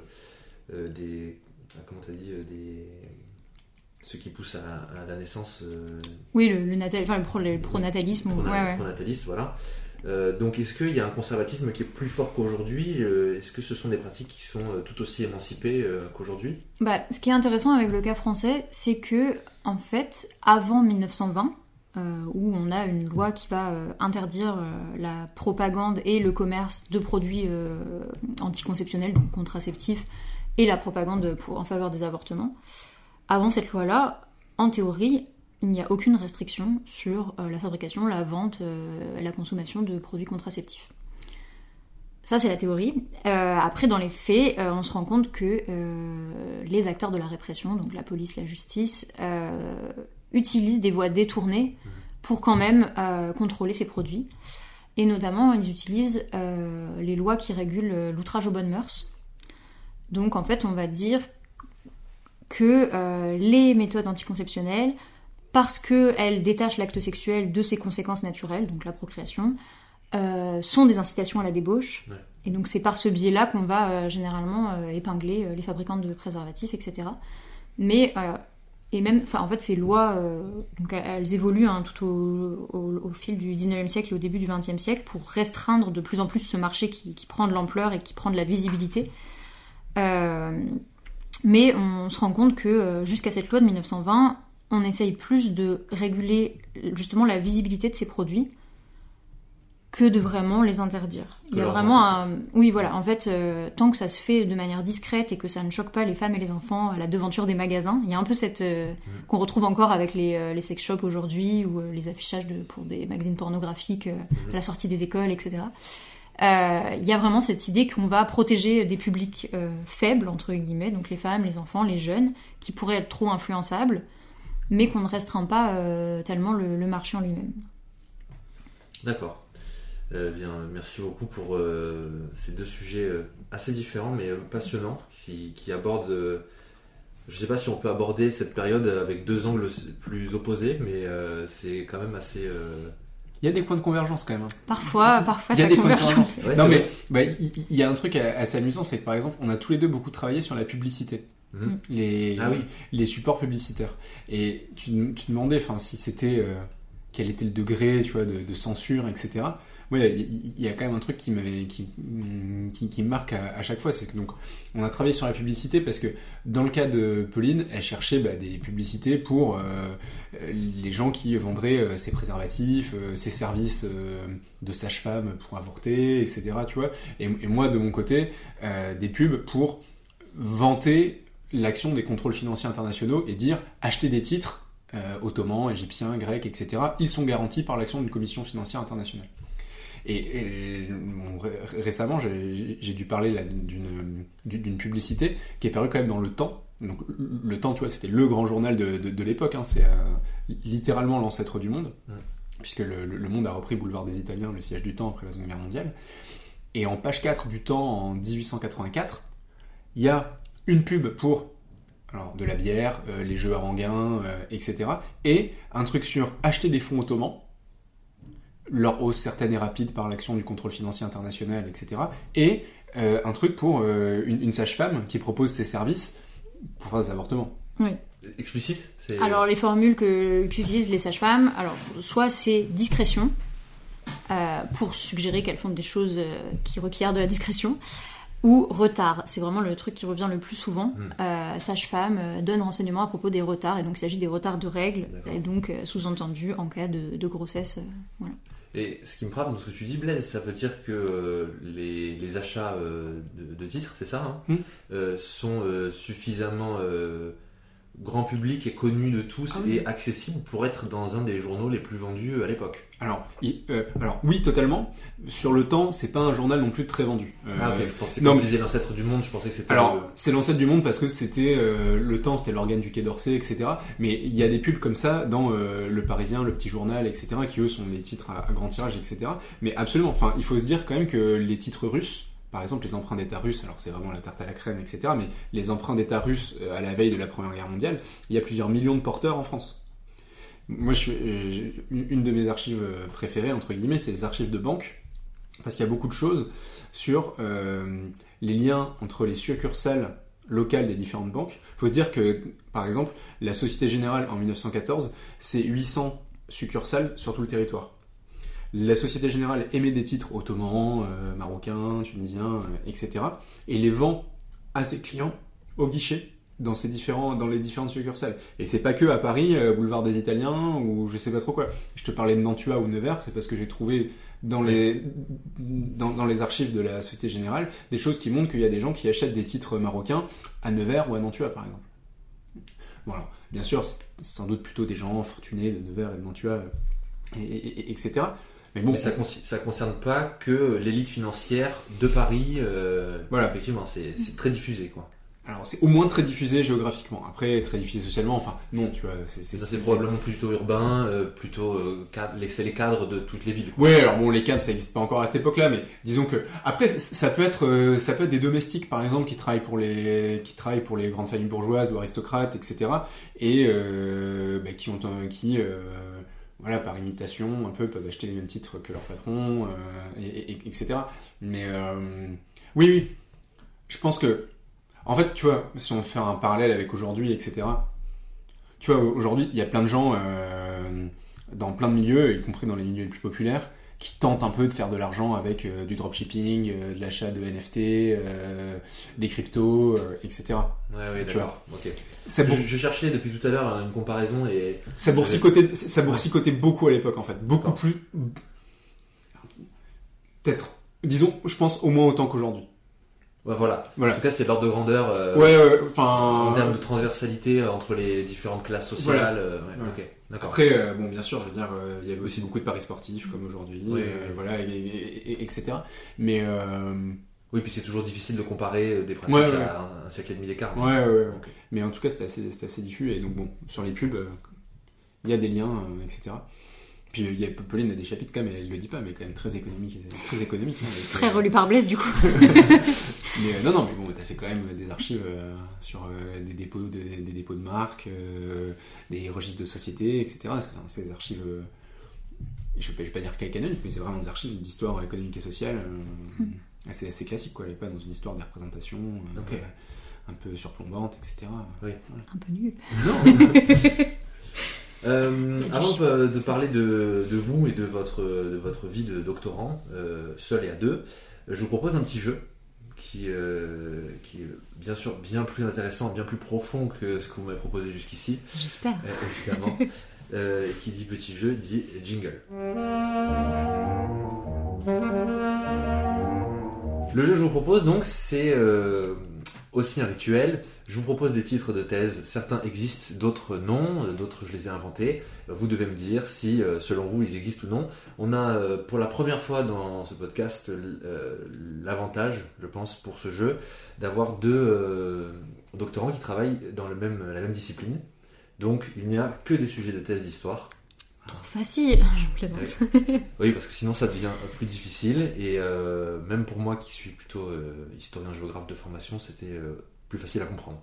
comment t'as dit, ceux qui poussent à la naissance. Oui, le pronatalisme. Le pronatalisme, voilà. Donc est-ce qu'il y a un conservatisme qui est plus fort qu'aujourd'hui? Est-ce que ce sont des pratiques qui sont tout aussi émancipées qu'aujourd'hui? Ce qui est intéressant avec le cas français, c'est que, en fait, avant 1920, où on a une loi qui va interdire la propagande et le commerce de produits anticonceptionnels, donc contraceptifs, et la propagande en faveur des avortements. Avant cette loi-là, en théorie, il n'y a aucune restriction sur la fabrication, la vente, la consommation de produits contraceptifs. Ça, c'est la théorie. Après, dans les faits, on se rend compte que les acteurs de la répression, donc la police, la justice, utilisent des voies détournées pour quand même contrôler ces produits. Et notamment, ils utilisent les lois qui régulent l'outrage aux bonnes mœurs. Donc, en fait, on va dire que les méthodes anticonceptionnelles, parce qu'elles détachent l'acte sexuel de ses conséquences naturelles, donc la procréation, sont des incitations à la débauche. Ouais. Et donc c'est par ce biais-là qu'on va généralement épingler les fabricants de préservatifs, etc. Mais, et même, en fait, ces lois, donc elles évoluent tout au fil du 19e siècle et au début du 20e siècle pour restreindre de plus en plus ce marché qui prend de l'ampleur et qui prend de la visibilité. Mais on se rend compte que jusqu'à cette loi de 1920, on essaye plus de réguler justement la visibilité de ces produits que de vraiment les interdire. Il y a vraiment Oui, voilà, en fait, tant que ça se fait de manière discrète et que ça ne choque pas les femmes et les enfants à la devanture des magasins, il y a un peu cette... qu'on retrouve encore avec les sex shops aujourd'hui, ou les affichages pour des magazines pornographiques à la sortie des écoles, etc. Il y a vraiment cette idée qu'on va protéger des publics faibles, entre guillemets, donc les femmes, les enfants, les jeunes, qui pourraient être trop influençables, mais qu'on ne restreint pas tellement le marché en lui-même. D'accord. Bien, merci beaucoup pour ces deux sujets assez différents mais passionnants qui abordent. Je ne sais pas si on peut aborder cette période avec deux angles plus opposés, mais c'est quand même assez. Il y a des points de convergence quand même. Hein. Parfois il y a ça des points de converge. convergence. Ouais, Non, c'est mais il y a un truc assez amusant, c'est que par exemple, on a tous les deux beaucoup travaillé sur la publicité. Mhm. Les, Ah oui. les supports publicitaires. Et tu demandais si c'était quel était le degré, tu vois, de censure, etc. Ouais, il y a quand même un truc qui me marque à chaque fois, c'est que donc on a travaillé sur la publicité parce que dans le cas de Pauline, elle cherchait des publicités pour les gens qui vendraient ses préservatifs, ses services de sage-femme pour avorter, etc. Tu vois. Et moi de mon côté, des pubs pour vanter l'action des contrôles financiers internationaux et dire acheter des titres ottomans, égyptiens, grecs, etc. Ils sont garantis par l'action d'une commission financière internationale. Et récemment, j'ai dû parler là, d'une publicité qui est parue quand même dans Le Temps. Donc, Le Temps, tu vois, c'était le grand journal de l'époque. Hein, c'est littéralement l'ancêtre du Monde, puisque le Monde a repris Boulevard des Italiens, le siège du Temps après la Seconde Guerre mondiale. Et en page 4 du Temps, en 1884, il y a une pub pour de la bière, les jeux haranguins, etc. Et un truc sur acheter des fonds ottomans, leur hausse certaine et rapide par l'action du contrôle financier international, etc. Et un truc pour une sage-femme qui propose ses services pour faire des avortements. Oui. Explicite Alors les formules qu'utilisent les sages-femmes, soit c'est discrétion, pour suggérer qu'elles font des choses qui requièrent de la discrétion, ou retard. C'est vraiment le truc qui revient le plus souvent. Sage-femme donne renseignement à propos des retards, et donc il s'agit des retards de règles, et donc sous-entendu en cas de grossesse. Voilà. Et ce qui me frappe dans ce que tu dis, Blaise, ça veut dire que les achats de titres, c'est ça, sont suffisamment grand public et connus de tous et accessibles pour être dans un des journaux les plus vendus à l'époque. Alors oui, totalement. Sur Le Temps, c'est pas un journal non plus très vendu. Ok, je pensais que tu disais l'ancêtre du Monde, je pensais que c'était... Alors, c'est l'ancêtre du Monde parce que c'était Le Temps, c'était l'organe du Quai d'Orsay, etc. Mais il y a des pubs comme ça dans Le Parisien, Le Petit Journal, etc., qui eux sont des titres à grand tirage, etc. Mais absolument, il faut se dire quand même que les titres russes, par exemple les emprunts d'État russes, alors c'est vraiment la tarte à la crème, etc., mais les emprunts d'État russes à la veille de la Première Guerre mondiale, il y a plusieurs millions de porteurs en France. Moi, une de mes archives préférées, entre guillemets, c'est les archives de banque, parce qu'il y a beaucoup de choses sur les liens entre les succursales locales des différentes banques. Il faut se dire que, par exemple, la Société Générale en 1914, c'est 800 succursales sur tout le territoire. La Société Générale émet des titres ottomans, marocains, tunisiens, etc. et les vend à ses clients au guichet dans les différentes succursales. Et c'est pas que à Paris, boulevard des Italiens, ou je sais pas trop quoi. Je te parlais de Nantua ou Nevers, c'est parce que j'ai trouvé dans les archives de la Société Générale des choses qui montrent qu'il y a des gens qui achètent des titres marocains à Nevers ou à Nantua, par exemple. Voilà. Bien sûr, c'est sans doute plutôt des gens fortunés de Nevers et de Nantua, etc. Mais bon, mais ça concerne pas que l'élite financière de Paris. Voilà. Effectivement, c'est très diffusé, quoi. Alors c'est au moins très diffusé géographiquement. Après, très diffusé socialement, non, tu vois. C'est probablement plutôt urbain, c'est les cadres de toutes les villes. Oui, alors les cadres, ça n'existe pas encore à cette époque-là, mais disons que après, ça peut être des domestiques, par exemple, qui travaillent pour les grandes familles bourgeoises ou aristocrates, etc. Et voilà, par imitation, un peu, peuvent acheter les mêmes titres que leur patron, etc. Mais oui, je pense que, en fait, tu vois, si on fait un parallèle avec aujourd'hui, etc., tu vois, aujourd'hui, il y a plein de gens dans plein de milieux, y compris dans les milieux les plus populaires, qui tentent un peu de faire de l'argent avec du dropshipping, de l'achat de NFT, des cryptos, etc. Ouais, d'accord. Ok. Je cherchais depuis tout à l'heure une comparaison et... Ça boursicotait beaucoup à l'époque, en fait. Beaucoup plus... Peut-être. Disons, je pense au moins autant qu'aujourd'hui. Ouais, voilà. En tout cas, c'est l'ordre de grandeur en termes de transversalité entre les différentes classes sociales. Voilà. Okay, d'accord. Après, bien sûr, je veux dire, il y avait aussi beaucoup de paris sportifs comme aujourd'hui, voilà, etc. Mais oui, puis c'est toujours difficile de comparer des pratiques à un siècle et demi d'écart. Okay. Mais en tout cas, c'était assez diffus. Et donc bon, sur les pubs, il y a des liens, etc. Puis Pauline a des chapitres quand même, elle le dit pas, mais quand même très économique. Très relu par Blaise du coup. Mais non, mais bon, t'as fait quand même des archives sur des dépôts de marques, des registres de sociétés, etc. C'est des archives, je vais pas dire canoniques, mais c'est vraiment des archives d'histoire économique et sociale assez classiques, quoi. Elle est pas dans une histoire des représentations un peu surplombante, etc. Oui. Voilà. Un peu nul. Non. Avant de parler de vous et de votre vie de doctorant, seul et à deux, je vous propose un petit jeu qui est bien sûr bien plus intéressant, bien plus profond que ce que vous m'avez proposé jusqu'ici. J'espère. Évidemment. Qui dit petit jeu dit jingle. Le jeu que je vous propose donc c'est aussi un rituel. Je vous propose des titres de thèse, certains existent, d'autres non, d'autres je les ai inventés. Vous devez me dire si, selon vous, ils existent ou non. On a, pour la première fois dans ce podcast, l'avantage, je pense, pour ce jeu, d'avoir deux doctorants qui travaillent dans la même discipline. Donc, il n'y a que des sujets de thèse d'histoire. Trop facile, je plaisante. Oui, parce que sinon ça devient plus difficile. Et même pour moi qui suis plutôt historien géographe de formation, c'était plus facile à comprendre.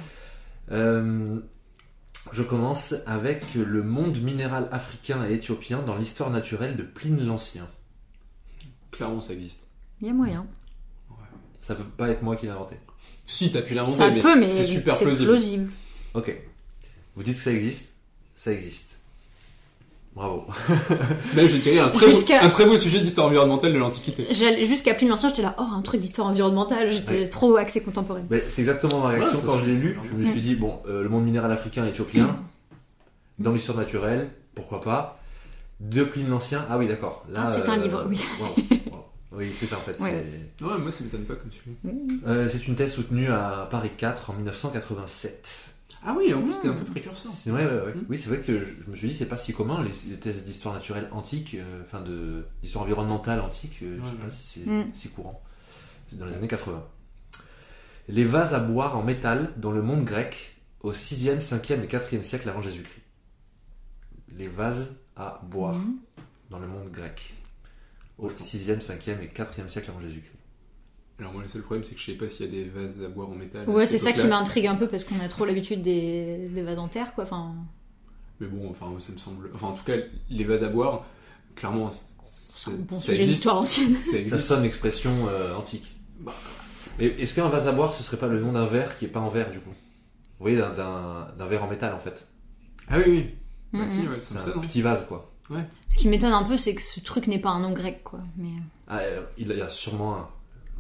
Je commence avec le monde minéral africain et éthiopien dans l'histoire naturelle de Pline l'Ancien. Clairement, ça existe. Il y a moyen. Ça peut pas être moi qui l'ai inventé. Si, t'as pu l'inventer, Ça peut, mais c'est super plausible. Ok. Vous dites que ça existe ? Ça existe. Bravo. Même je dirais un très beau sujet d'histoire environnementale de l'Antiquité. Jusqu'à Pline l'Ancien, j'étais là, un truc d'histoire environnementale, j'étais trop axée contemporaine. Mais c'est exactement ma réaction quand je l'ai lu. Je me suis dit, le monde minéral africain et éthiopien, dans l'histoire naturelle, pourquoi pas. De Pline l'Ancien, ah oui, d'accord. Là, c'est un livre, oui. Wow. Oui, c'est ça en fait. Ouais, moi ça m'étonne pas comme sujet. C'est une thèse soutenue à Paris 4 en 1987. Ah oui, en plus c'était un peu précurseur. Ouais. Oui, c'est vrai que je me suis dit c'est pas si commun les thèses d'histoire naturelle antique, d'histoire environnementale antique, je sais pas si c'est si courant. C'est dans les années 80. Les vases à boire en métal dans le monde grec au 6e, 5e et 4e siècle avant Jésus-Christ. Les vases à boire dans le monde grec au 6e, 5e et 4e siècle avant Jésus-Christ. Alors moi le seul problème c'est que je sais pas s'il y a des vases à boire en métal. Ouais, c'est ça qui m'intrigue un peu parce qu'on a trop l'habitude des vases en terre, quoi. Mais bon, ça me semble. En tout cas, les vases à boire, clairement, c'est un bon sujet d'histoire ancienne. Ça sonne expression antique. Mais est-ce qu'un vase à boire ce serait pas le nom d'un verre qui est pas en verre du coup ? Vous voyez, d'un verre en métal en fait. Ah oui. Bah si, ouais, c'est un petit vase quoi. Ouais. Ce qui m'étonne un peu, c'est que ce truc n'est pas un nom grec, quoi. Mais... il y a sûrement un.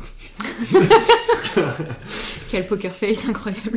Quel poker face incroyable.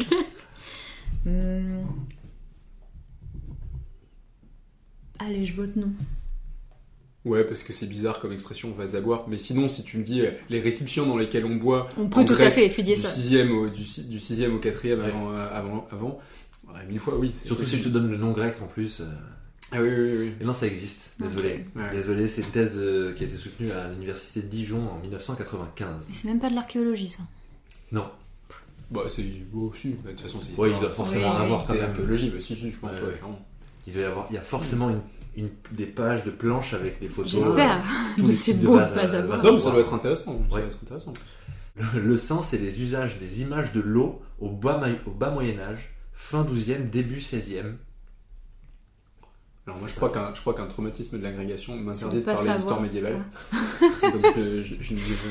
Allez, je vote non. Ouais, parce que c'est bizarre comme expression vase à boire. Mais sinon, si tu me dis les réceptions dans lesquelles on boit, on peut tout à fait étudier ça. Du 6e au 4e avant, 1000 fois, oui. Surtout si je te donne le nom grec en plus. Ah oui. Et non, ça existe. Désolé. Okay. Ouais. Désolé, c'est une thèse qui a été soutenue à l'université de Dijon en 1995. Et c'est même pas de l'archéologie, ça. Non. Bah, c'est... Oh, si. Bah, de toute façon, c'est... Ouais, il doit forcément en avoir quand même. L'archéologie, bah, si, je pense, clairement. Il y a forcément des pages de planches avec les photos. J'espère. De ces beaux vases à boire. Non, mais ça doit être intéressant. Ouais. Ça doit être intéressant. Le sens et les usages des images de l'eau au bas Moyen-Âge, fin 12e, début 16e. Alors moi je crois qu'un traumatisme de l'agrégation m'interdit de parler d'histoire médiévale. Donc je ne dis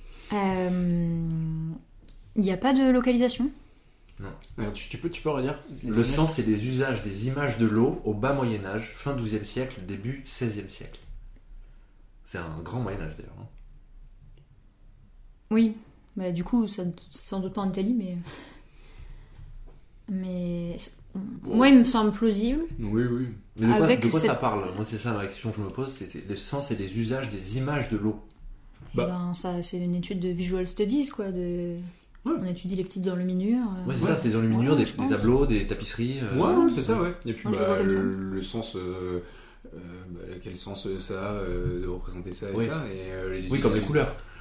il n'y a pas de localisation ? Non. Tu peux redire le sens et les usages des images de l'eau au bas Moyen-Âge, fin 12e siècle, début 16e siècle. C'est un grand Moyen-Âge d'ailleurs. Hein. Oui, bah, du coup ça sans doute pas en Italie, mais... Moi, il me semble plausible. Oui. Mais de quoi ça parle ? Moi, c'est ça la question que je me pose, c'est le sens et les usages des images de l'eau. Ça, c'est une étude de visual studies, quoi. On étudie les petites enluminures. Ouais, c'est ça, c'est des enluminures, des tableaux, des tapisseries. Ouais, c'est ça, ouais. Et puis, le sens... quel sens ça a de représenter ça et ça. Et oui, comme les couleurs.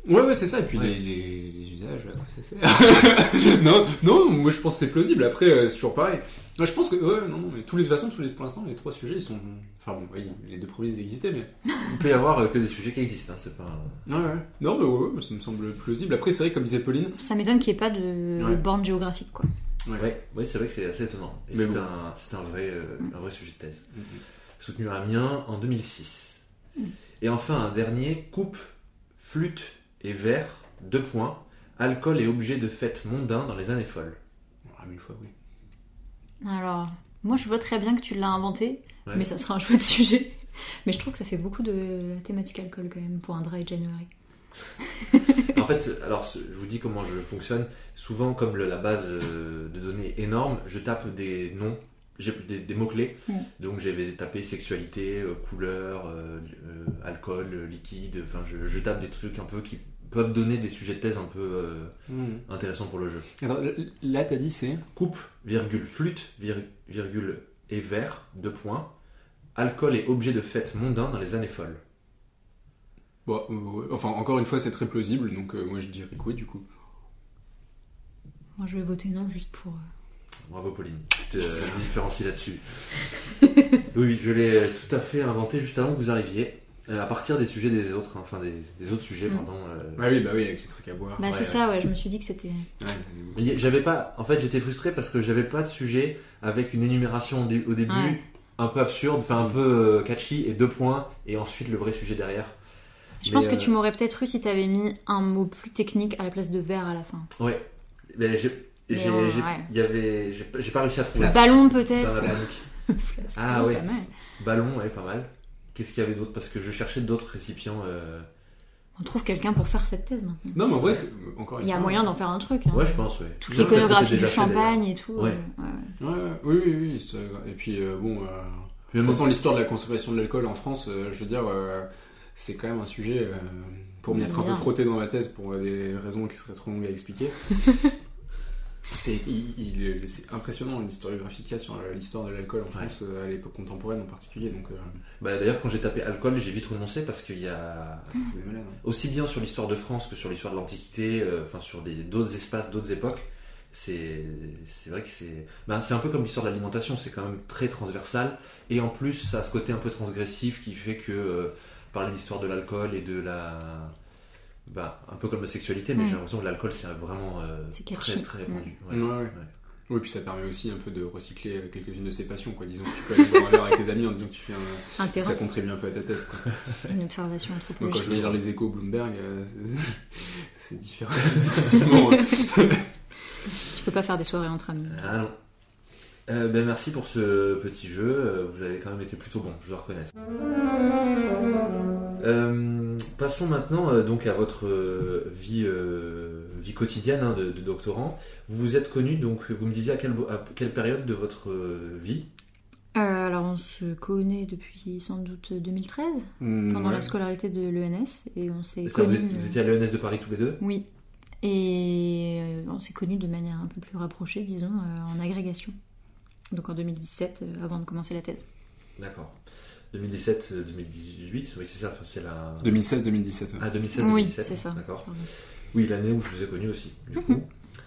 Ouais, c'est ça. Et puis les usages, à quoi ça sert? non, moi je pense que c'est plausible. Après, c'est toujours pareil. Moi, je pense que, non, mais pour l'instant, les 3 sujets, ils sont. Enfin bon, oui, les 2 premiers existaient, mais. Il peut y avoir que des sujets qui existent, hein, c'est pas. Ouais. Non, mais ouais, ça me semble plausible. Après, c'est vrai, comme disait Pauline. Ça m'étonne qu'il n'y ait pas de borne géographique, quoi. Ouais, c'est vrai que c'est assez étonnant. Et c'est un vrai sujet de thèse. Soutenu à Amiens en 2006. Et enfin, un dernier, coupe, flûte et verre, 2 points, alcool et objets de fête mondains dans les années folles. 1000 fois, oui. Alors, moi je vois très bien que tu l'as inventé, mais ça sera un chouette sujet. Mais je trouve que ça fait beaucoup de thématique alcool quand même pour un dry January. En fait, alors je vous dis comment je fonctionne. Souvent, comme la base de données est énorme, je tape des noms, j'ai des mots-clés. Donc j'avais tapé sexualité, couleur, alcool, liquide. Enfin, je tape des trucs un peu qui peuvent donner des sujets de thèse un peu intéressants pour le jeu. Attends, là t'as dit c'est coupe, virgule, flûte, virgule et verre, 2 points, alcool et objets de fête mondains dans les années folles. Bon, enfin, encore une fois, c'est très plausible, donc moi je dirais oui, du coup. Moi je vais voter non, juste pour... Bravo Pauline, tu te différencies là-dessus. Oui, je l'ai tout à fait inventé juste avant que vous arriviez. À partir des sujets des autres, enfin des autres sujets, pardon. Oui, avec les trucs à boire. Bah c'est ça, je me suis dit que c'était... Mais j'avais pas... En fait, j'étais frustré parce que j'avais pas de sujet avec une énumération au début, un peu absurde, enfin un peu catchy, et 2 points, et ensuite le vrai sujet derrière. Je pense que tu m'aurais peut-être eu si t'avais mis un mot plus technique à la place de verre à la fin. Ouais, mais j'ai pas réussi à trouver. Ballon peut-être. Flasque. Ah ouais, ballon, pas mal. Qu'est-ce qu'il y avait d'autre? Parce que je cherchais d'autres récipients. On trouve quelqu'un pour faire cette thèse maintenant. Non, mais en vrai, encore il y a moyen d'en faire un truc. Ouais, je pense, Toute l'iconographie du champagne et tout. Oui. Et puis, bon... de toute façon, l'histoire de la consommation de l'alcool en France, je veux dire, c'est quand même un sujet pour m'y être un peu frotté dans ma thèse pour des raisons qui seraient trop longues à expliquer. C'est impressionnant l'historiographie qu'il y a sur l'histoire de l'alcool en France à l'époque contemporaine en particulier. Donc, d'ailleurs, quand j'ai tapé alcool, j'ai vite renoncé parce qu'il y a aussi bien sur l'histoire de France que sur l'histoire de l'Antiquité, enfin sur d'autres espaces, d'autres époques. C'est vrai que c'est un peu comme l'histoire de l'alimentation, c'est quand même très transversal et en plus ça a ce côté un peu transgressif qui fait que parler d'histoire de l'alcool et de la... un peu comme la sexualité, mais j'ai l'impression que l'alcool c'est vraiment très très répandu. Oui, puis ça permet aussi un peu de recycler quelques-unes de ses passions, quoi. Disons que tu peux aller boire un verre avec tes amis en disant que tu fais ça contribue un peu à ta thèse, quoi. Une observation anthropologique. Quand je vais lire les échos Bloomberg, c'est différent, difficilement. Tu peux pas faire des soirées entre amis. Ah non. Merci pour ce petit jeu. Vous avez quand même été plutôt bon, je dois reconnaître. Passons maintenant donc à votre vie quotidienne de doctorant. Vous vous êtes connu, donc vous me disiez à quelle période de votre vie? Alors on se connaît depuis sans doute 2013, pendant la scolarité de l'ENS, et on s'est connus... Vous étiez à l'ENS de Paris tous les deux? Oui. Et on s'est connus de manière un peu plus rapprochée, disons, en agrégation. Donc en 2017, avant de commencer la thèse. D'accord. 2017-2018, oui c'est ça, c'est la... 2016-2017. Ah, 2016-2017, oui, c'est ça. D'accord. Pardon. Oui, l'année où je vous ai connu aussi, du coup.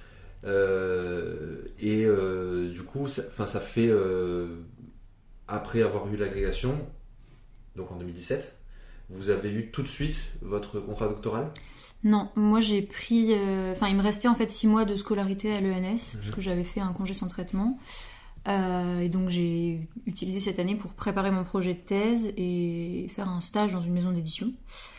Du coup, ça fait... après avoir eu l'agrégation, donc en 2017, vous avez eu tout de suite votre contrat doctoral? Non, moi j'ai pris... il me restait en fait 6 mois de scolarité à l'ENS, parce que j'avais fait un congé sans traitement. Et donc j'ai utilisé cette année pour préparer mon projet de thèse et faire un stage dans une maison d'édition.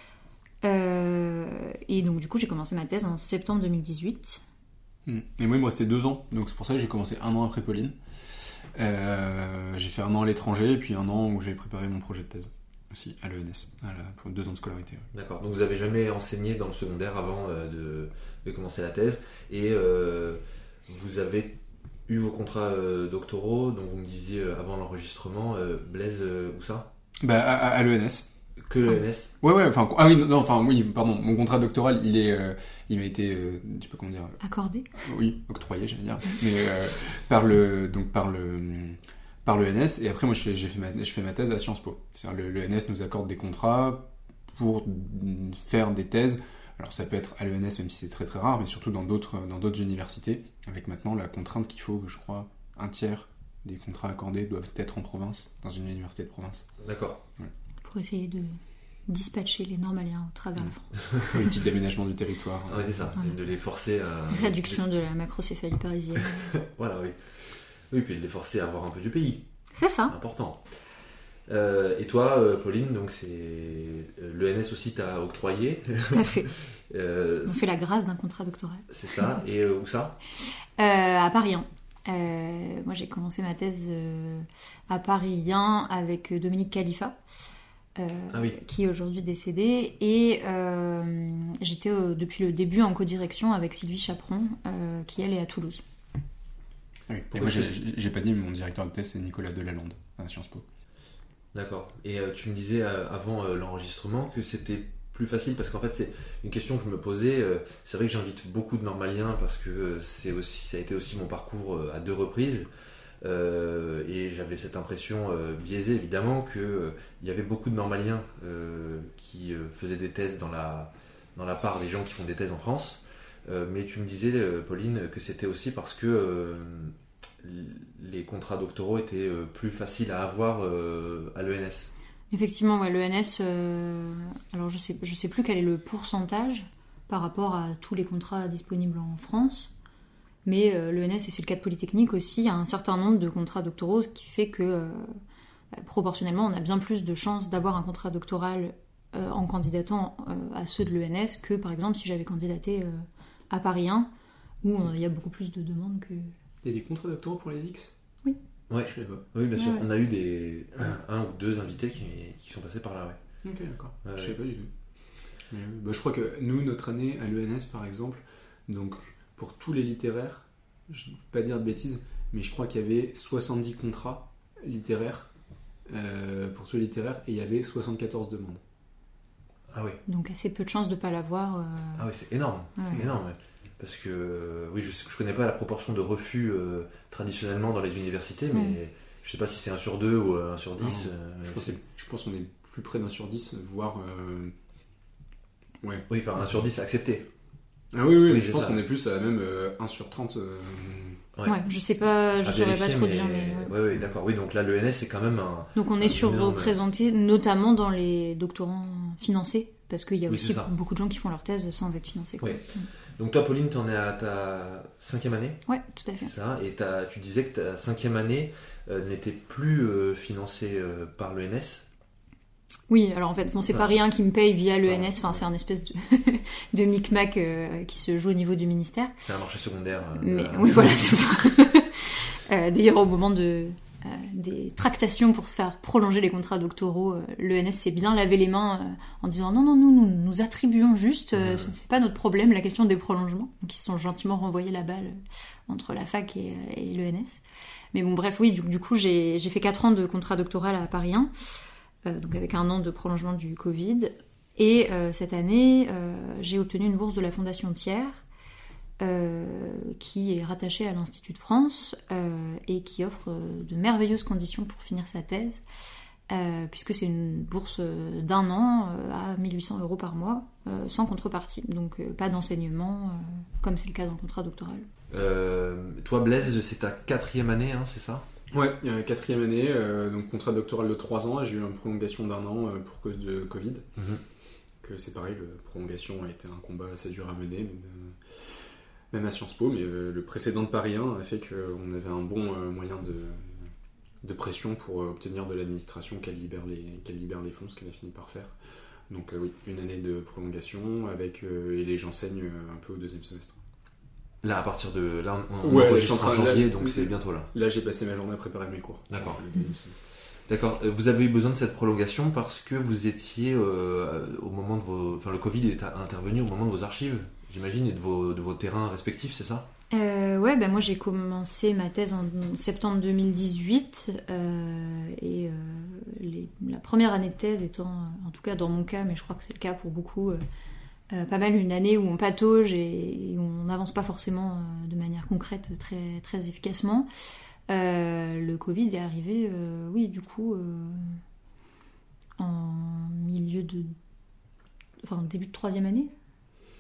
Et donc du coup j'ai commencé ma thèse en septembre 2018. Et moi il me restait 2 ans, donc c'est pour ça que j'ai commencé 1 an après Pauline. J'ai fait 1 an à l'étranger et puis 1 an où j'ai préparé mon projet de thèse aussi à l'ENS, pour 2 ans de scolarité. D'accord, donc vous n'avez jamais enseigné dans le secondaire avant de commencer la thèse et vous avez eu vos contrats doctoraux, donc vous me disiez avant l'enregistrement, Blaise, où ça? À l'ENS. Que l'ENS? Pardon, mon contrat doctoral, il m'a été, je sais pas comment dire... Accordé? Oui, octroyé, j'allais dire. Mais par l'ENS, et après moi je fais ma thèse à Sciences Po. C'est-à-dire l'ENS nous accorde des contrats pour faire des thèses Alors ça peut être à l'ENS, même si c'est très très rare, mais surtout dans d'autres universités, avec maintenant la contrainte qu'il faut, je crois, 1/3 des contrats accordés doivent être en province, dans une université de province. D'accord. Ouais. Pour essayer de dispatcher les normaliens au travers la France. Politique d'aménagement du territoire. Ah, ouais, c'est ça, Ouais. et de les forcer à... Réduction de la macrocéphalie parisienne. Voilà, oui. Oui, puis de les forcer à avoir un peu du pays. C'est ça. Important. Et toi, Pauline, donc c'est l'ENS aussi t'a octroyé. Tout à fait. Euh, On fait la grâce d'un contrat doctoral. c'est ça. Et où ça? À Paris 1. Moi, j'ai commencé ma thèse à Paris 1 avec Dominique Khalifa, Ah oui. qui est aujourd'hui décédé. Et j'étais depuis le début en codirection avec Sylvie Chaperon, qui elle est à Toulouse. Oui. Et moi, j'ai pas dit, mais mon directeur de thèse, c'est Nicolas Delalande, à Sciences Po. D'accord. Et tu me disais avant l'enregistrement que c'était plus facile parce qu'en fait c'est une question que je me posais. C'est vrai que j'invite beaucoup de normaliens parce que ça a été aussi mon parcours à 2 reprises. Et j'avais cette impression biaisée évidemment que il y avait beaucoup de normaliens qui faisaient des thèses dans la part des gens qui font des thèses en France. Mais tu me disais, Pauline, que c'était aussi parce que les contrats doctoraux étaient plus faciles à avoir à l'ENS. Effectivement, ouais, l'ENS, alors je sais plus quel est le pourcentage par rapport à tous les contrats disponibles en France, mais l'ENS, et c'est le cas de Polytechnique aussi, a un certain nombre de contrats doctoraux, ce qui fait que proportionnellement, on a bien plus de chances d'avoir un contrat doctoral en candidatant à ceux de l'ENS que par exemple si j'avais candidaté à Paris 1, où il y a beaucoup plus de demandes que... Il y a des contrats doctoraux pour les X? Oui. Ouais. Je sais pas. Oui, bien sûr. Ouais. On a eu un ou deux invités qui sont passés par là, ouais. Ok, d'accord. Ouais, Je ouais. sais pas du tout. Mais, je crois que nous, notre année à l'ENS par exemple, donc pour tous les littéraires, je ne vais pas dire de bêtises, mais je crois qu'il y avait 70 contrats littéraires pour tous les littéraires et il y avait 74 demandes. Ah oui. Donc assez peu de chances de ne pas l'avoir. Ah oui, c'est énorme. Ouais. C'est énorme, ouais. Parce que, oui, je connais pas la proportion de refus traditionnellement dans les universités, mais je sais pas si c'est 1 sur 2 ou 1 sur 10. Je pense qu'on est plus près d'1 sur 10, voire... Ouais. Oui, enfin 1 sur 10 accepté. Ah oui, Oui, mais c'est je pense ça. qu'on est plus à même 1 sur 30. Ouais, je sais pas, je À saurais pas vérifier, trop dire, mais... Ouais, d'accord. Oui, donc là, l'ENS, c'est quand même un... Donc on est surreprésenté, notamment dans les doctorants financés, parce qu'il y a Oui, aussi c'est ça. beaucoup de gens qui font leur thèse sans être financés. Quoi. Oui. Donc toi, Pauline, t'en es à ta 5e année, Ouais, tout à fait. c'est ça. Et tu disais que ta 5e année n'était plus financée par l'ENS. Oui, alors en fait, bon, c'est Ouais. pas rien qui me paye via l'ENS, Ouais. enfin c'est un espèce de, de micmac qui se joue au niveau du ministère. C'est un marché secondaire. Mais oui, voilà, c'est ça. D'ailleurs, au moment des tractations pour faire prolonger les contrats doctoraux, l'ENS s'est bien lavé les mains en disant non, nous attribuons juste, c'est pas notre problème, la question des prolongements. Donc ils se sont gentiment renvoyé la balle entre la fac et l'ENS. Mais bon, bref, oui, du coup, j'ai fait 4 ans de contrat doctoral à Paris 1, donc avec 1 an de prolongement du Covid. Et cette année, j'ai obtenu une bourse de la Fondation Thiers, qui est rattachée à l'Institut de France et qui offre de merveilleuses conditions pour finir sa thèse, puisque c'est une bourse d'1 an à 1 800 € par mois, sans contrepartie. Donc pas d'enseignement, comme c'est le cas dans le contrat doctoral. Toi, Blaise, c'est ta 4e année, hein, c'est ça? Ouais, 4e année, donc contrat doctoral de 3 ans, et j'ai eu une prolongation d'1 an pour cause de Covid. Que c'est pareil, la prolongation a été un combat assez dur à mener, même à Sciences Po, mais le précédent de Paris 1 a fait qu'on avait un bon moyen de pression pour obtenir de l'administration qu'elle libère les fonds, ce qu'elle a fini par faire. Donc oui, une année de prolongation, et j'enseigne un peu au 2e semestre. Là, à partir de... Là, on Ouais, enregistre je suis en en train de- janvier, là- donc c'est bientôt là. Là, j'ai passé ma journée à préparer mes cours. D'accord. Le 2e semestre. D'accord. Vous avez eu besoin de cette prolongation parce que vous étiez au moment de vos... Enfin, le Covid est intervenu au moment de vos archives, j'imagine, et de vos terrains respectifs, c'est ça? Ouais, ben moi j'ai commencé ma thèse en septembre 2018 et la première année de thèse étant, en tout cas dans mon cas, mais je crois que c'est le cas pour beaucoup, pas mal une année où on patauge et où on n'avance pas forcément de manière concrète très, très efficacement. Le Covid est arrivé, oui, du coup, en début de 3e année.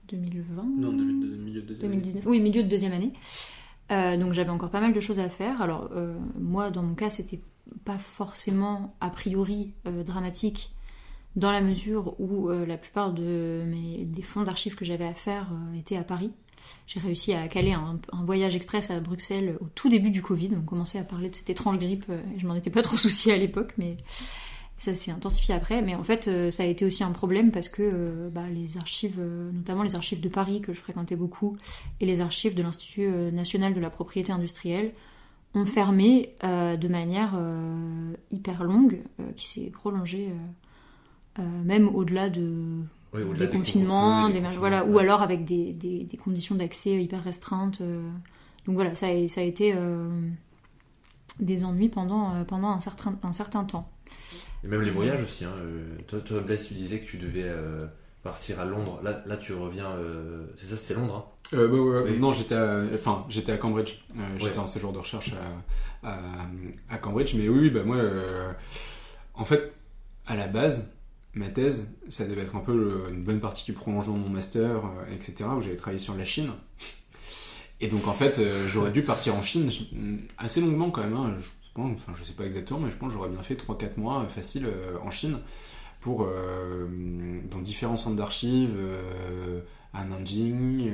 2020 Non, milieu de deuxième 2019. Oui, milieu de deuxième année. Donc j'avais encore pas mal de choses à faire. Alors moi, dans mon cas, c'était pas forcément a priori dramatique, dans la mesure où la plupart des fonds d'archives que j'avais à faire étaient à Paris. J'ai réussi à caler un voyage express à Bruxelles au tout début du Covid. On commençait à parler de cette étrange grippe. Et je m'en étais pas trop souciée à l'époque, mais ça s'est intensifié après. Mais en fait, ça a été aussi un problème parce que les archives, notamment les archives de Paris que je fréquentais beaucoup, et les archives de l'Institut national de la propriété industrielle, ont fermé de manière hyper longue, qui s'est prolongée même au-delà des confinements, voilà, ou alors avec des conditions d'accès hyper restreintes. Donc voilà, ça a été des ennuis pendant un certain temps. Et même les voyages aussi. Hein. Toi, Blaise, tu disais que tu devais partir à Londres. Là, tu reviens. C'est ça, c'est Londres. Hein. Oui. Non, j'étais à Cambridge. J'étais en séjour de recherche à Cambridge. Mais oui, moi, en fait, à la base, ma thèse, ça devait être un peu une bonne partie du prolongement de mon master, etc., où j'avais travaillé sur la Chine. Et donc, en fait, j'aurais dû partir en Chine assez longuement quand même. Hein. Je sais pas exactement, mais je pense que j'aurais bien fait 3-4 mois facile en Chine pour dans différents centres d'archives, à Nanjing,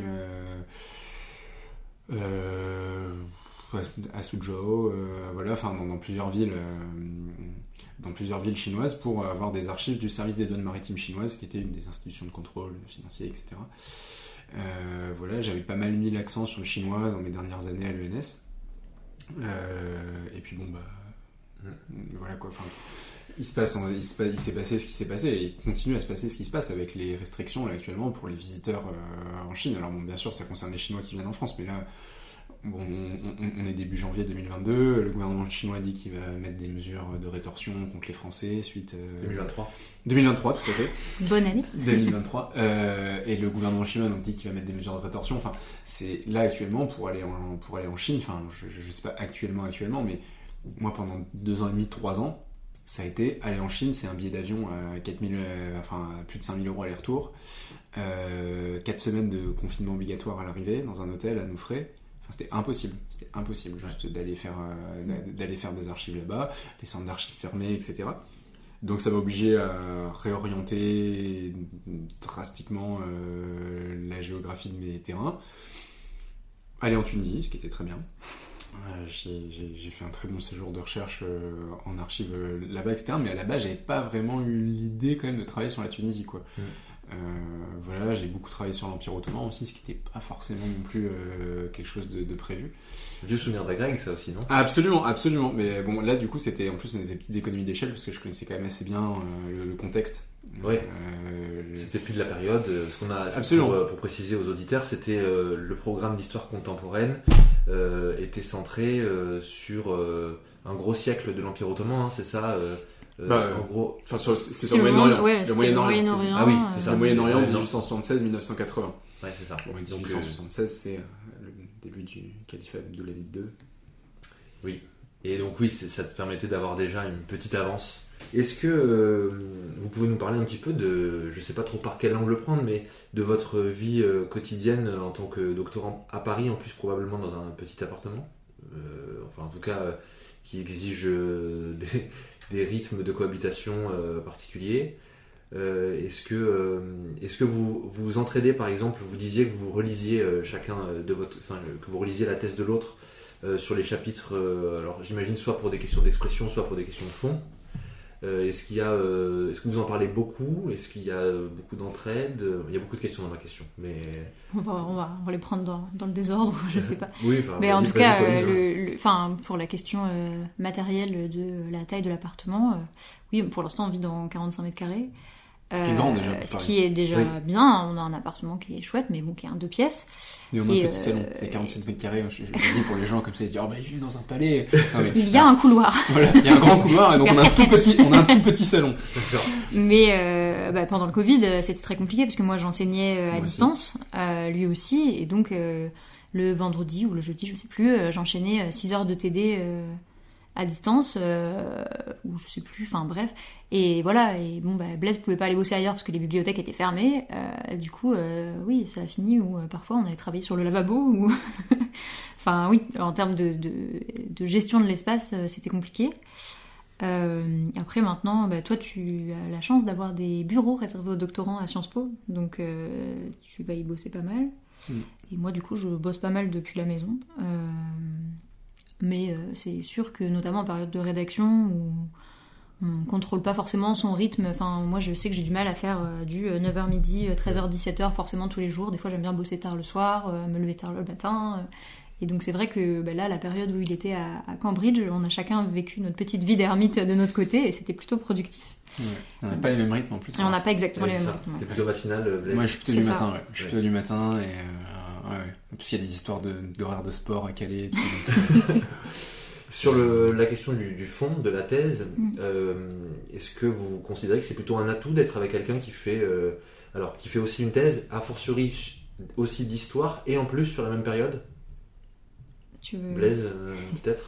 à Suzhou, voilà, enfin dans plusieurs villes chinoises pour avoir des archives du service des douanes maritimes chinoises, qui était une des institutions de contrôle financier, etc. Voilà, j'avais pas mal mis l'accent sur le chinois dans mes dernières années à l'ENS. Et puis voilà quoi. Enfin, il s'est passé ce qui s'est passé, et il continue à se passer ce qui se passe avec les restrictions là actuellement pour les visiteurs en Chine. Alors bien sûr, ça concerne les Chinois qui viennent en France, mais là, on est début janvier 2022. Le gouvernement chinois dit qu'il va mettre des mesures de rétorsion contre les Français suite 2023, tout à fait. Bonne année. 2023. Et le gouvernement chinois donc dit qu'il va mettre des mesures de rétorsion. Enfin, c'est là actuellement pour aller en Chine. Enfin, je sais pas actuellement, mais moi pendant 2 ans et demi, 3 ans, ça a été aller en Chine, c'est un billet d'avion à 4000, plus de 5000 € aller-retour. 4 semaines de confinement obligatoire à l'arrivée dans un hôtel à nos frais. Enfin, c'était impossible juste d'aller faire des archives là-bas, les centres d'archives fermés, etc. Donc ça m'a obligé à réorienter drastiquement la géographie de mes terrains, aller en Tunisie, ce qui était très bien. J'ai fait un très bon séjour de recherche en archives là-bas, etc. Mais à la base, j'avais pas vraiment eu l'idée quand même de travailler sur la Tunisie, quoi. Voilà, j'ai beaucoup travaillé sur l'Empire Ottoman aussi, ce qui n'était pas forcément non plus quelque chose de prévu. Vieux souvenir d'Agreg, ça aussi, non ? Absolument. Mais bon, là, du coup, c'était en plus des petites économies d'échelle, parce que je connaissais quand même assez bien le contexte. Oui. C'était plus de la période. Ce qu'on a, pour préciser aux auditeurs, c'était le programme d'histoire contemporaine était centré sur un gros siècle de l'Empire Ottoman, hein, c'est ça en gros, c'était sur le Moyen-Orient. Ouais, le Moyen-Orient. Ah oui, c'est ça. Le Moyen-Orient, 1876-1980. Ouais, c'est ça. Bon, 1876, c'est le début du califat d'Abdulhamid II. Oui. Et donc oui, ça te permettait d'avoir déjà une petite avance. Est-ce que vous pouvez nous parler un petit peu de, je sais pas trop par quel angle le prendre, mais de votre vie quotidienne en tant que doctorant à Paris, en plus probablement dans un petit appartement, en tout cas qui exige des rythmes de cohabitation particuliers. Est-ce que vous vous entraidez, par exemple, vous disiez que vous relisiez que vous relisiez la thèse de l'autre sur les chapitres, alors j'imagine soit pour des questions d'expression, soit pour des questions de fond. Est-ce que vous en parlez beaucoup ? Est-ce qu'il y a beaucoup d'entraide ? Il y a beaucoup de questions dans ma question, mais on va les prendre dans le désordre, je sais pas. Oui, mais en tout cas, pour la question matérielle de la taille de l'appartement, oui, pour l'instant on vit dans 45 mètres carrés. Ce qui est grand déjà. Ce qui est déjà bien. On a un appartement qui est chouette, mais bon, qui est un 2 pièces. Mais on a un petit salon, c'est 47 mètres carrés. Je dis pour les gens comme ça, ils se disent oh, je vis dans un palais. Non, mais, il y a un couloir. Voilà, il y a un grand couloir, et donc on a un tout petit salon. Mais pendant le Covid, c'était très compliqué parce que moi j'enseignais à distance, lui aussi, et donc le vendredi ou le jeudi, je sais plus, j'enchaînais 6 heures de TD à distance, ou je sais plus, enfin bref. Et voilà, et bon, Blaise pouvait pas aller bosser ailleurs parce que les bibliothèques étaient fermées. Du coup, oui, ça a fini où parfois on allait travailler sur le lavabo. Ou enfin oui, en termes de gestion de l'espace, c'était compliqué. Après maintenant, toi tu as la chance d'avoir des bureaux réservés aux doctorants à Sciences Po, donc tu vas y bosser pas mal. Et moi du coup je bosse pas mal depuis la maison. Mais c'est sûr que notamment en période de rédaction où on contrôle pas forcément son rythme, enfin moi je sais que j'ai du mal à faire du 9h midi, 13h 17h forcément tous les jours. Des fois j'aime bien bosser tard le soir, me lever tard le matin. Et donc c'est vrai que là, la période où il était à Cambridge, on a chacun vécu notre petite vie d'ermite de notre côté et c'était plutôt productif. Ouais. On n'a pas les mêmes rythmes en plus. On n'a pas exactement les mêmes rythmes. T'es plutôt matinal, Blaise? Moi je suis plutôt du matin, ouais. Je suis plutôt du matin et en plus il y a des histoires d'horaires de sport à caler. Sur la question du fond, de la thèse, est-ce que vous considérez que c'est plutôt un atout d'être avec quelqu'un qui fait aussi une thèse, a fortiori aussi d'histoire et en plus sur la même période? Blaise, peut-être?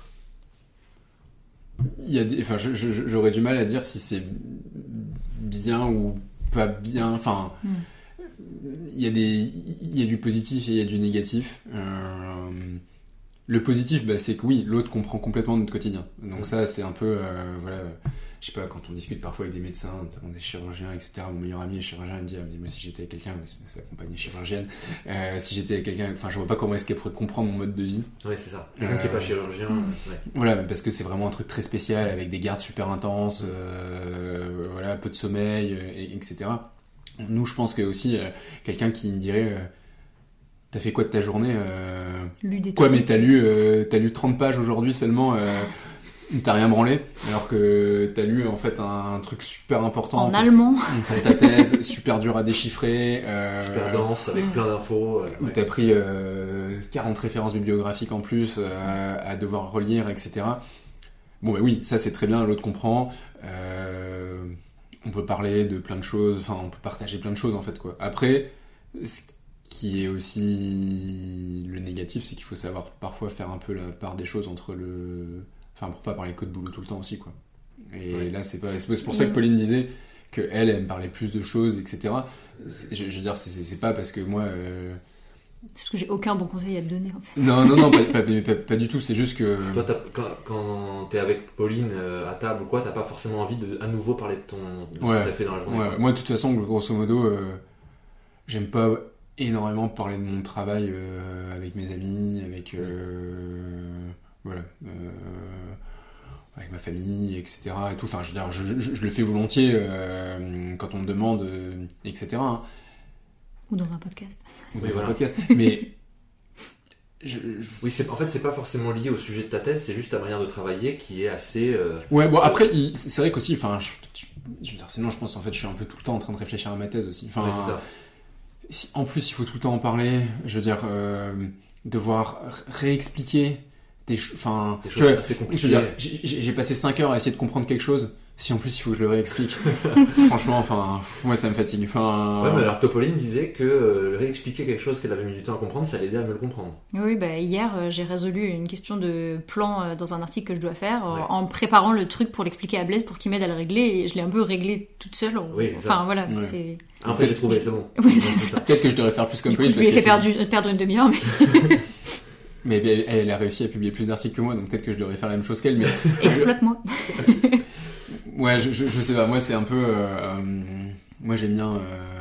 J'aurais du mal à dire si c'est bien ou pas bien. Enfin, il y a du positif et il y a du négatif. Le positif, c'est que oui, l'autre comprend complètement notre quotidien. Donc ça, c'est un peu, je sais pas, quand on discute parfois avec des médecins, notamment des chirurgiens, etc. Mon meilleur ami est chirurgien, il me dit, mais moi si j'étais avec quelqu'un, sa compagne est chirurgienne, si j'étais avec quelqu'un, enfin je vois pas comment est-ce qu'elle pourrait comprendre mon mode de vie. Oui, c'est ça. Quelqu'un qui est pas chirurgien. Ouais. Voilà, parce que c'est vraiment un truc très spécial, avec des gardes super intenses, peu de sommeil, etc. Nous, je pense que aussi, quelqu'un qui me dirait... T'as fait quoi de ta journée Quoi, mais t'as lu 30 pages aujourd'hui seulement, t'as rien branlé, alors que t'as lu en fait un truc super important en allemand pour ta thèse, super dur à déchiffrer, super dense avec plein d'infos, où t'as pris 40 références bibliographiques en plus à devoir relire, etc. Bon oui, ça c'est très bien, l'autre comprend. On peut parler de plein de choses, enfin on peut partager plein de choses en fait quoi. Après, qui est aussi le négatif, c'est qu'il faut savoir parfois faire un peu la part des choses entre pour pas parler que de boulot tout le temps aussi quoi. Et là c'est pour ça que Pauline disait que elle me parlait plus de choses, etc. Je veux dire c'est pas parce que moi c'est parce que j'ai aucun bon conseil à te donner en fait. Non, pas du tout, c'est juste que... Toi, quand t'es avec Pauline à table ou quoi, t'as pas forcément envie de à nouveau parler de ce que t'as fait dans la journée. Ouais. Moi, de toute façon, grosso modo, j'aime pas énormément parler de mon travail avec mes amis, avec avec ma famille, etc. Et tout. Enfin, je veux dire, je le fais volontiers quand on me demande, etc. Ou dans un podcast. Mais oui, en fait, c'est pas forcément lié au sujet de ta thèse, c'est juste ta manière de travailler qui est assez. Ouais, bon, après, c'est vrai qu'aussi, enfin, je veux dire, sinon, je pense en fait, je suis un peu tout le temps en train de réfléchir à ma thèse aussi. Enfin, c'est ça. En plus, il faut tout le temps en parler. Je veux dire, devoir réexpliquer des choses assez compliquées. Je veux dire, j'ai passé 5 heures à essayer de comprendre quelque chose. Si en plus il faut que je le réexplique, franchement, moi ça me fatigue. Ouais, mais alors que Pauline disait que réexpliquer quelque chose qu'elle avait mis du temps à comprendre, ça l'aidait à mieux le comprendre. Oui, hier j'ai résolu une question de plan dans un article que je dois faire en préparant le truc pour l'expliquer à Blaise pour qu'il m'aide à le régler et je l'ai un peu réglé toute seule. Voilà, c'est. En fait, j'ai trouvé, c'est bon. Oui, c'est ça. Peut-être que je devrais faire plus comme Pauline. Je lui ai fait perdre une demi-heure, mais. Mais elle a réussi à publier plus d'articles que moi, donc peut-être que je devrais faire la même chose qu'elle. Mais exploite-moi. Ouais, je sais pas, moi c'est un peu... moi j'aime bien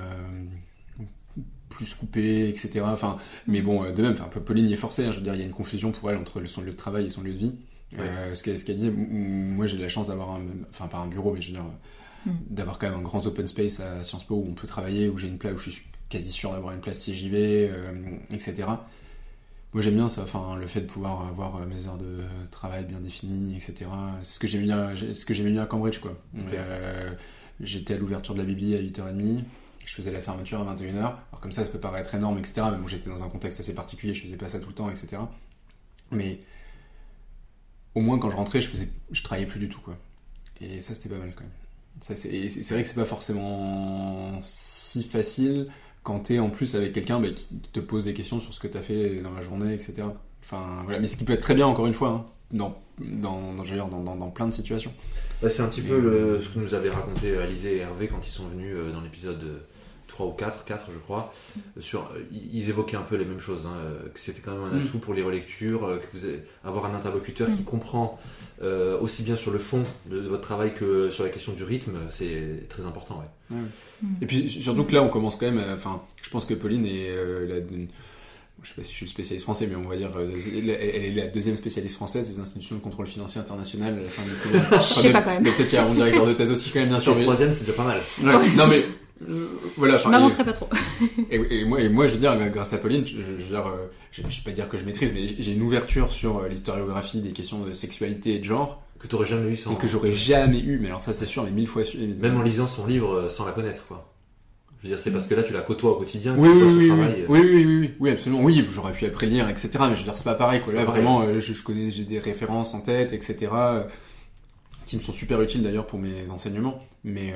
plus couper, etc. Mais bon, de même, Pauline y est forcée, je veux dire, il y a une confusion pour elle entre son lieu de travail et son lieu de vie. Ce qu'elle disait, moi j'ai de la chance d'avoir pas un bureau, mais je veux dire, d'avoir quand même un grand open space à Sciences Po où on peut travailler, où j'ai une place, où je suis quasi sûr d'avoir une place si j'y vais, etc. Moi j'aime bien ça, le fait de pouvoir avoir mes heures de travail bien définies, etc. C'est ce que j'aimais bien à Cambridge quoi. Okay. J'étais à l'ouverture de la Bibli à 8h30, je faisais la fermeture à 21h. Alors comme ça peut paraître énorme, etc. Mais bon, j'étais dans un contexte assez particulier, je faisais pas ça tout le temps, etc. Mais au moins quand je rentrais, je travaillais plus du tout quoi. Et ça c'était pas mal quand même. C'est vrai que c'est pas forcément si facile quand t'es en plus avec quelqu'un qui te pose des questions sur ce que t'as fait dans la journée, etc. Mais ce qui peut être très bien, encore une fois. dans plein de situations. C'est un petit peu ce que nous avaient raconté Alizé et Hervé quand ils sont venus dans l'épisode 3 ou 4 je crois. Ils évoquaient un peu les mêmes choses, que c'était quand même un atout pour les relectures, que vous avoir un interlocuteur qui comprend aussi bien sur le fond de votre travail que sur la question du rythme, c'est très important. Ouais. Et puis surtout que là on commence quand même, je pense que Pauline est je sais pas si je suis spécialiste français, mais on va dire elle est la deuxième spécialiste française des institutions de contrôle financier international à la fin de ce Je sais pas quand même. Peut-être qu'il y a un directeur de thèse aussi quand même, bien sûr. Le troisième, c'est déjà pas mal. Ouais, non mais voilà. Je m'avancerai pas trop. Et moi, je veux dire, grâce à Pauline, je vais pas dire que je maîtrise, mais j'ai une ouverture sur l'historiographie des questions de sexualité et de genre que t'aurais jamais eu sans. Et que j'aurais jamais eu. Mais alors ça, c'est sûr, mais 1000 fois. Même en lisant son livre sans la connaître, quoi. Je veux dire, c'est parce que là, tu la côtoies au quotidien. Oui, absolument. Oui, j'aurais pu après lire, etc. Mais je veux dire, c'est pas pareil, quoi. Là, vraiment, j'ai des références en tête, etc. Qui me sont super utiles d'ailleurs pour mes enseignements. Mais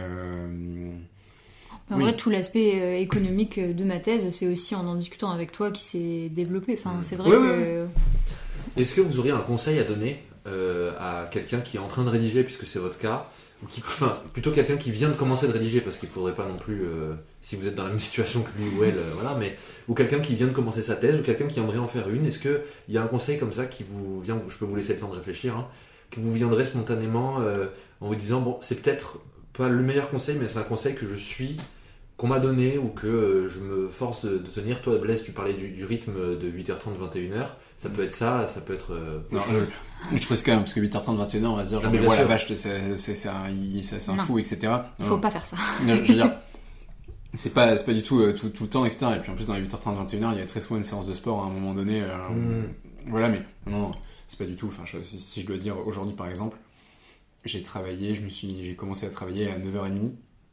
en vrai, tout l'aspect économique de ma thèse, c'est aussi en discutant avec toi qui s'est développé. Enfin, c'est vrai que. Est-ce que vous auriez un conseil à donner à quelqu'un qui est en train de rédiger, puisque c'est votre cas, plutôt quelqu'un qui vient de commencer de rédiger, parce qu'il faudrait pas non plus, si vous êtes dans la même situation que lui ou elle, ou quelqu'un qui vient de commencer sa thèse, ou quelqu'un qui aimerait en faire une, est-ce qu'il y a un conseil comme ça qui vous vient, je peux vous laisser le temps de réfléchir, qui vous viendrait spontanément en vous disant, bon, c'est peut-être pas le meilleur conseil, mais c'est un conseil qu'on m'a donné ou que je me force de tenir. Toi, Blaise, tu parlais du rythme de 8h30, 21h. Ça peut être ça peut être... Non, je précise quand même, parce que 8h30, 21h, on va se dire, genre, la vache, c'est un fou, etc. Il faut pas faire ça. Je veux dire, c'est pas du tout tout le temps, etc. Et puis en plus, dans les 8h30, 21h, il y a très souvent une séance de sport à un moment donné. Voilà, mais non, c'est pas du tout. Enfin, si je dois dire, aujourd'hui, par exemple, j'ai commencé à travailler à 9h30.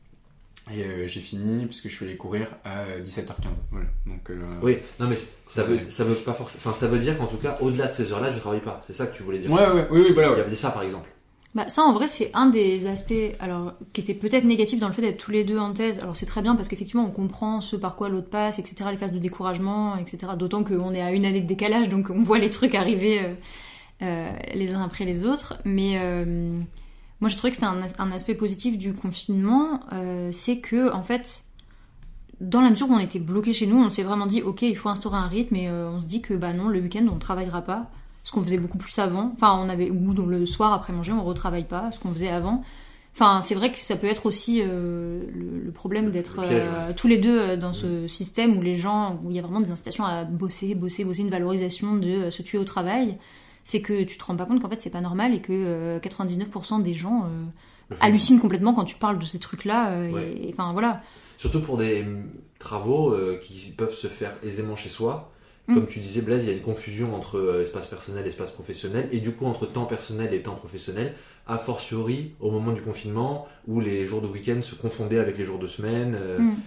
Et j'ai fini parce que je suis allé courir à 17h15. Voilà. Donc, oui, non mais ça veut pas forcément. Enfin, ça veut dire qu'en tout cas, au-delà de ces heures-là, je travaille pas. C'est ça que tu voulais dire. Oui, voilà. Il y avait ça par exemple. Ça, en vrai, c'est un des aspects, alors, qui était peut-être négatif dans le fait d'être tous les deux en thèse. Alors, c'est très bien parce qu'effectivement, on comprend ce par quoi l'autre passe, etc., les phases de découragement, etc. D'autant qu'on est à une année de décalage, donc on voit les trucs arriver les uns après les autres. Mais moi, je trouvais que c'était un aspect positif du confinement, c'est que, en fait, dans la mesure où on était bloqués chez nous, on s'est vraiment dit, ok, il faut instaurer un rythme, et on se dit que, non, le week-end, on travaillera pas, ce qu'on faisait beaucoup plus avant. Enfin, ou le soir, après manger, on retravaille pas, ce qu'on faisait avant. Enfin, c'est vrai que ça peut être aussi le problème d'être tous les deux dans ce système où les gens, où il y a vraiment des incitations à bosser, une valorisation de se tuer au travail. C'est que tu te rends pas compte qu'en fait c'est pas normal et que 99% des gens hallucinent complètement quand tu parles de ces trucs-là. Enfin voilà. Surtout pour des travaux qui peuvent se faire aisément chez soi. Comme tu disais, Blaise, il y a une confusion entre espace personnel et espace professionnel, et du coup entre temps personnel et temps professionnel, a fortiori au moment du confinement, où les jours de week-end se confondaient avec les jours de semaine.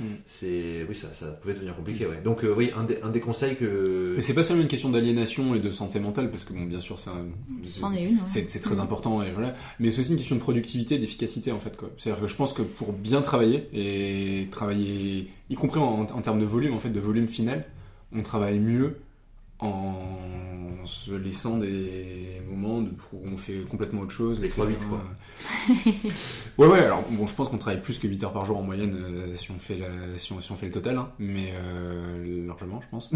Ça pouvait devenir compliqué. Ouais. Donc un des conseils que... Mais c'est pas seulement une question d'aliénation et de santé mentale, parce que bon, bien sûr, c'est très important, et voilà. Mais c'est aussi une question de productivité et d'efficacité, en fait, quoi. C'est-à-dire que je pense que pour bien travailler, et travailler, y compris en termes de volume, en fait, de volume final, on travaille mieux en se laissant des moments où on fait complètement autre chose. Les 3-8, quoi. Ouais, alors bon, je pense qu'on travaille plus que 8 heures par jour en moyenne si on fait le total, mais largement, je pense.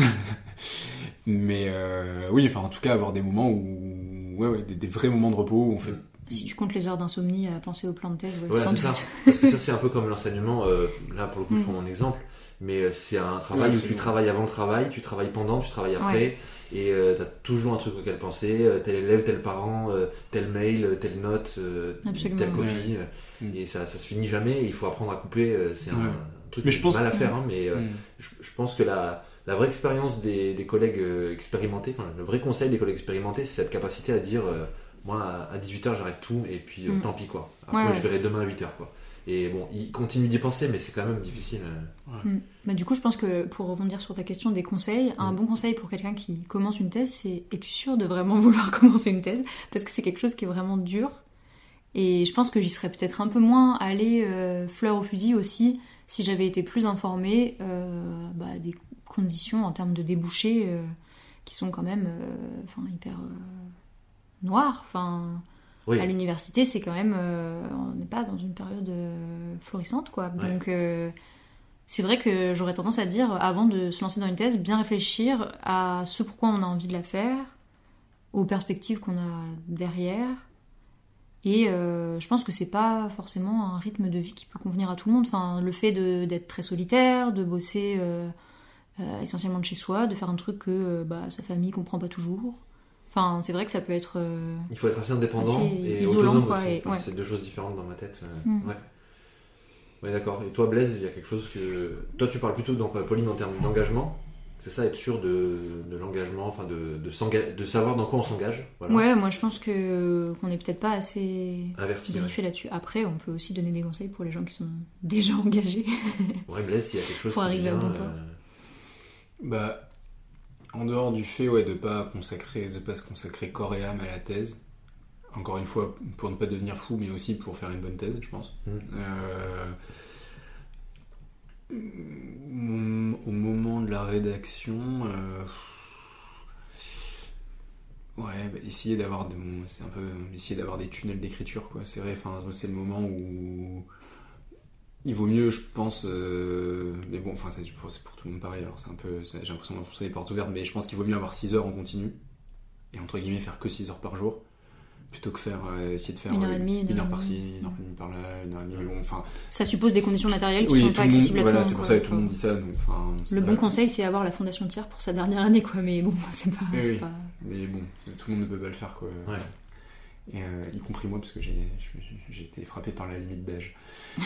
Mais oui, enfin, en tout cas, avoir des moments où, des vrais moments de repos où on fait. Si tu comptes les heures d'insomnie à penser au plan de thèse, sans doute. Parce que ça, c'est un peu comme l'enseignement. Là, pour le coup, je prends mon exemple. Mais c'est un travail où tu travailles avant le travail, tu travailles pendant, tu travailles après, et t'as toujours un truc auquel penser, tel élève, tel parent, tel mail, telle note, telle copie, et ça se finit jamais, et il faut apprendre à couper, c'est un truc mal à faire, mais je pense que la vraie expérience des collègues expérimentés, le vrai conseil des collègues expérimentés, c'est cette capacité à dire, moi à 18h j'arrête tout, et puis tant pis quoi, après je verrai demain à 8h quoi. Et bon, il continue d'y penser, mais c'est quand même difficile. Du coup, je pense que pour rebondir sur ta question des conseils, un bon conseil pour quelqu'un qui commence une thèse, c'est: es-tu sûr de vraiment vouloir commencer une thèse ? Parce que c'est quelque chose qui est vraiment dur. Et je pense que j'y serais peut-être un peu moins allée fleur au fusil aussi si j'avais été plus informée des conditions en termes de débouchés qui sont quand même hyper noire. Enfin, Oui. à l'université, c'est quand même... on n'est pas dans une période florissante, quoi. Ouais. Donc, c'est vrai que j'aurais tendance à dire, avant de se lancer dans une thèse, bien réfléchir à ce pourquoi on a envie de la faire, aux perspectives qu'on a derrière. Et je pense que c'est pas forcément un rythme de vie qui peut convenir à tout le monde. Enfin, le fait d'être très solitaire, de bosser essentiellement de chez soi, de faire un truc que sa famille comprend pas toujours. Enfin, c'est vrai que ça peut être... Il faut être assez indépendant assez et isolant, autonome quoi, aussi. et- Enfin, ouais. c'est deux choses différentes dans ma tête. Mm. Ouais. Ouais, d'accord. Et toi, Blaise, il y a quelque chose que... Toi, tu parles plutôt, donc, Pauline, en termes d'engagement. C'est ça, être sûr de l'engagement, enfin de savoir dans quoi on s'engage. Voilà. Ouais, moi je pense qu'on est peut-être pas assez Averti. briefé là-dessus. Après, on peut aussi donner des conseils pour les gens qui sont déjà engagés. Ouais, Blaise, il y a quelque chose Pour qui arriver à vient, bon port. Bah, en dehors du fait de pas se consacrer corps et âme à la thèse, encore une fois, pour ne pas devenir fou, mais aussi pour faire une bonne thèse, je pense. Au moment de la rédaction, essayer d'avoir essayer d'avoir des tunnels d'écriture, quoi. C'est vrai, enfin, c'est le moment où il vaut mieux, je pense, mais bon, enfin, c'est pour tout le monde pareil, alors j'ai l'impression d'enfoncer des portes ouvertes, mais je pense qu'il vaut mieux avoir 6 heures en continu, et entre guillemets faire que 6 heures par jour, plutôt que essayer de faire 1h30, une heure par-ci, 1h30 par-là, 1h30, mais bon, enfin... Ça suppose des conditions matérielles qui Oui, sont tout pas le monde, accessibles à tout le voilà, monde. c'est pour quoi. ça que tout le monde dit ça, donc, enfin... Le bon conseil, c'est avoir la fondation tiers pour sa dernière année, quoi. Mais bon, c'est pas... Oui, c'est oui. pas... Mais bon, tout le monde ne peut pas le faire, quoi. Ouais. Et, y compris moi, parce que j'ai été frappé par la limite d'âge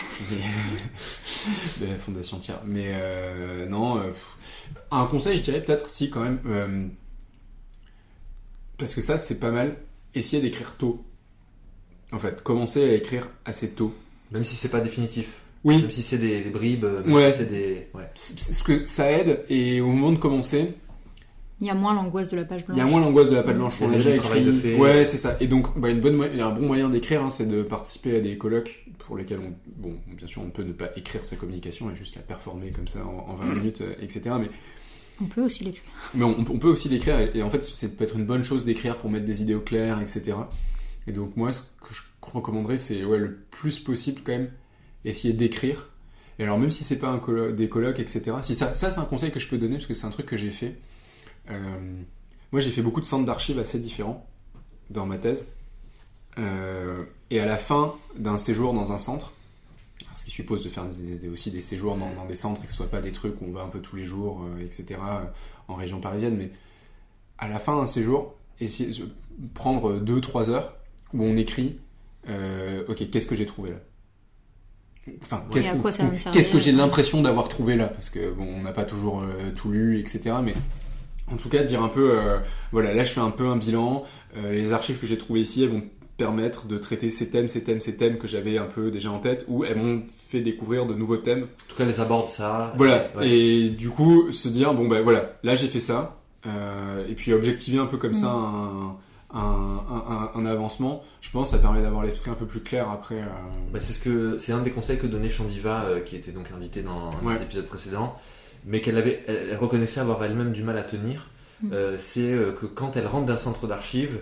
de la fondation tiers. Mais non, un conseil, je dirais peut-être, si quand même, parce que ça, c'est pas mal, essayer d'écrire tôt. En fait, commencer à écrire assez tôt. Même si c'est pas définitif. Oui, Même si c'est des bribes, même Ouais. si c'est des... Ouais. c'est ce que ça aide, et au moment de commencer, Il y a moins l'angoisse de la page il blanche. y a moins l'angoisse de la page blanche. Il y a On a déjà déjà du travail écrit. de fait. Ouais, c'est ça. Et donc, un bon moyen d'écrire, c'est de participer à des colloques pour lesquels bien sûr, on peut ne pas écrire sa communication et juste la performer comme ça en 20 minutes, etc. On peut aussi l'écrire. Mais on peut aussi l'écrire, et en fait, ça peut être une bonne chose d'écrire pour mettre des idées au clair, etc. Et donc, moi, ce que je recommanderais, c'est le plus possible, quand même, essayer d'écrire. Et alors, même si c'est pas des colloques, etc., si ça, c'est un conseil que je peux donner, parce que c'est un truc que j'ai fait. Moi, j'ai fait beaucoup de centres d'archives assez différents dans ma thèse. Et à la fin d'un séjour dans un centre, ce qui suppose de faire aussi des séjours dans des centres et que ce soit pas des trucs où on va un peu tous les jours, etc., en région parisienne, mais à la fin d'un séjour, essayer de prendre 2-3 heures où on écrit ok, qu'est-ce que j'ai trouvé là, enfin, Et à quoi ça va me servir, qu'est-ce que j'ai l'impression d'avoir trouvé là, parce que bon, on n'a pas toujours tout lu, etc., mais en tout cas dire un peu là je fais un peu un bilan, les archives que j'ai trouvées ici, elles vont permettre de traiter ces thèmes que j'avais un peu déjà en tête, ou elles m'ont fait découvrir de nouveaux thèmes. En tout cas, elles abordent ça. Voilà, Ouais. et du coup, se dire, là j'ai fait ça, et puis objectiver un peu comme ça un avancement, je pense que ça permet d'avoir l'esprit un peu plus clair après. Bah, c'est un des conseils que donnait Chandiva, qui était donc invitée dans un des épisodes précédents, mais elle reconnaissait avoir elle-même du mal à tenir. C'est que quand elle rentre d'un centre d'archives,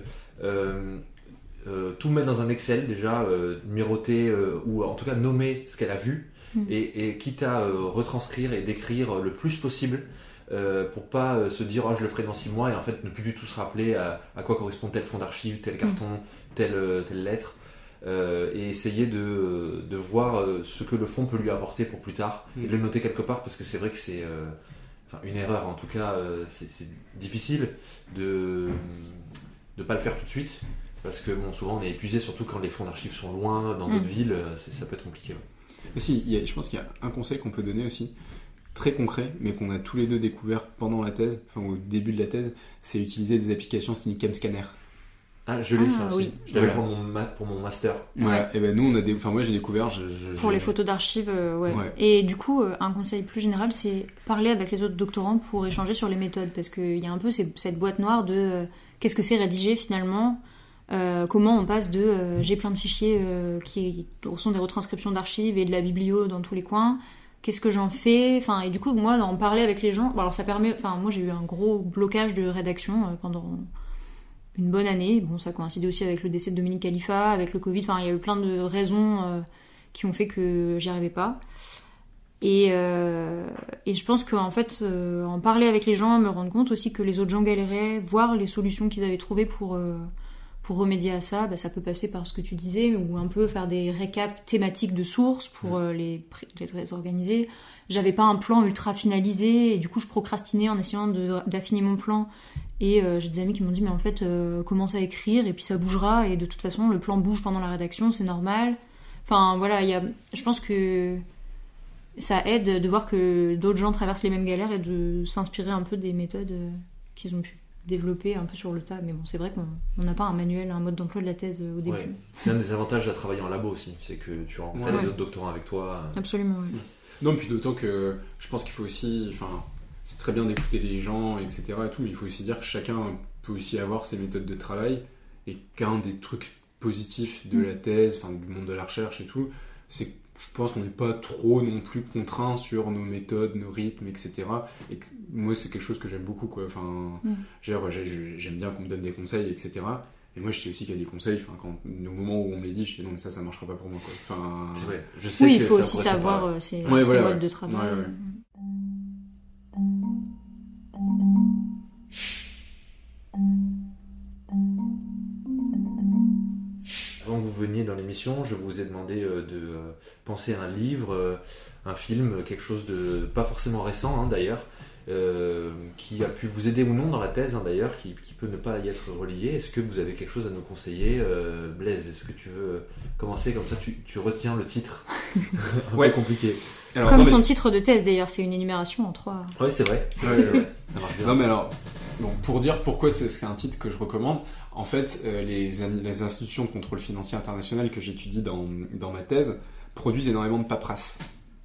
tout mettre dans un Excel déjà, numéroter ou en tout cas nommer ce qu'elle a vu, et quitte à retranscrire et décrire le plus possible, pour pas se dire je le ferai dans 6 mois, et en fait ne plus du tout se rappeler à quoi correspond tel fond d'archives, tel carton, telle lettre, et essayer de voir ce que le fond peut lui apporter pour plus tard, et de le noter quelque part, parce que c'est vrai que c'est une erreur, en tout cas c'est difficile de pas le faire tout de suite, parce que souvent on est épuisé, surtout quand les fonds d'archives sont loin, dans d'autres villes, ça peut être compliqué. Ouais. Mais si, je pense qu'il y a un conseil qu'on peut donner aussi, très concret, mais qu'on a tous les deux découvert pendant la thèse, au début de la thèse, c'est utiliser des applications style Camscanner. Ah, je l'ai ça aussi. Oui. Je l'avais Voilà. pour mon master. Voilà, et nous moi j'ai découvert. Pour les photos d'archives, ouais. Ouais. Et du coup, un conseil plus général, c'est parler avec les autres doctorants pour échanger sur les méthodes, parce qu'il y a un peu cette boîte noire de qu'est-ce que c'est rédiger finalement, comment on passe de j'ai plein de fichiers qui sont des retranscriptions d'archives et de la biblio dans tous les coins, qu'est-ce que j'en fais, enfin, et du coup moi d'en parler avec les gens, alors ça permet, moi j'ai eu un gros blocage de rédaction pendant une bonne année. Bon, ça coïncidait aussi avec le décès de Dominique Khalifa, avec le Covid. Enfin, il y a eu plein de raisons qui ont fait que j'y arrivais pas. Et je pense qu'en fait, en parler avec les gens, me rendre compte aussi que les autres gens galéraient, voir les solutions qu'ils avaient trouvées pour remédier à ça, ça peut passer par ce que tu disais, ou un peu faire des récaps thématiques de sources pour les organiser. J'avais pas un plan ultra finalisé, et du coup je procrastinais en essayant d'affiner mon plan. Et j'ai des amis qui m'ont dit, mais en fait, commence à écrire, et puis ça bougera, et de toute façon, le plan bouge pendant la rédaction, c'est normal. Enfin, voilà, je pense que ça aide de voir que d'autres gens traversent les mêmes galères et de s'inspirer un peu des méthodes qu'ils ont pu développer un peu sur le tas. Mais bon, c'est vrai qu'on n'a pas un manuel, un mode d'emploi de la thèse au début. Ouais. C'est un des avantages à travailler en labo aussi, c'est que tu rencontres les autres doctorants avec toi. Absolument, oui. Non, puis d'autant que je pense qu'il faut aussi... c'est très bien d'écouter les gens, etc. et tout, mais il faut aussi dire que chacun peut aussi avoir ses méthodes de travail, et qu'un des trucs positifs de la thèse, du monde de la recherche et tout, c'est que je pense qu'on n'est pas trop non plus contraint sur nos méthodes, nos rythmes, etc. Et que moi, c'est quelque chose que j'aime beaucoup, quoi. J'aime bien qu'on me donne des conseils, etc. Et moi, je sais aussi qu'il y a des conseils, au moment où on me les dit, je dis non, mais ça marchera pas pour moi, quoi. C'est vrai. Je sais il faut aussi savoir ses modes de travail. Ouais. Avant que vous veniez dans l'émission, je vous ai demandé de penser à un livre, un film, quelque chose de pas forcément récent d'ailleurs, qui a pu vous aider ou non dans la thèse d'ailleurs, qui peut ne pas y être relié. Est-ce que vous avez quelque chose à nous conseiller, Blaise? Est-ce que tu veux commencer comme ça, tu retiens le titre? Ouais, compliqué. Alors, comme ton titre de thèse d'ailleurs, c'est une énumération en 3. Oui, c'est vrai. Ça marche bien. Non, mais alors, pour dire pourquoi c'est un titre que je recommande, en fait, les institutions de contrôle financier international que j'étudie dans ma thèse produisent énormément de paperasse.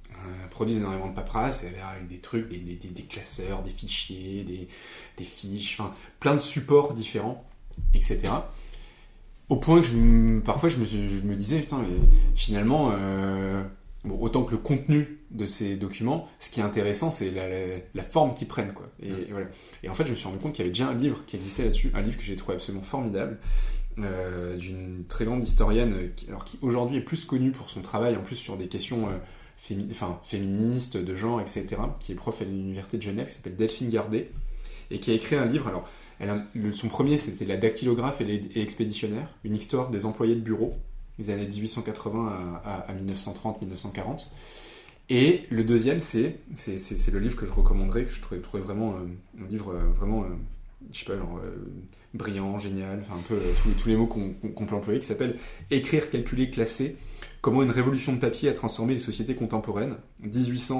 Avec des trucs, des classeurs, des fichiers, des fiches, plein de supports différents, etc. Au point que parfois je me disais, putain, mais finalement, autant que le contenu de ces documents, ce qui est intéressant, c'est la forme qu'ils prennent, quoi. Et voilà. Et en fait, je me suis rendu compte qu'il y avait déjà un livre qui existait là-dessus, un livre que j'ai trouvé absolument formidable, d'une très grande historienne, qui aujourd'hui est plus connue pour son travail, en plus sur des questions féministes, de genre, etc., qui est prof à l'université de Genève, qui s'appelle Delphine Gardet, et qui a écrit un livre. Alors, son premier, c'était La dactylographe et l'expéditionnaire, une histoire des employés de bureau, des années 1880 à 1930-1940. Et le deuxième, c'est le livre que je recommanderais, que je trouvais vraiment un livre vraiment, brillant, génial, un peu tous les mots qu'on peut employer, qui s'appelle « Écrire, calculer, classer. Comment une révolution de papier a transformé les sociétés contemporaines, 1800-1940 ».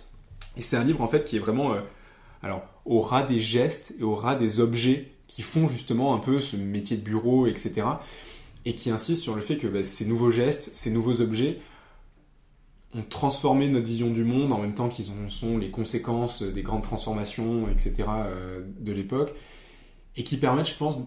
Et c'est un livre, en fait, qui est vraiment au ras des gestes et au ras des objets qui font justement un peu ce métier de bureau, etc., et qui insiste sur le fait que ces nouveaux gestes, ces nouveaux objets ont transformé notre vision du monde en même temps qu'ils sont les conséquences des grandes transformations, etc., de l'époque, et qui permettent, je pense,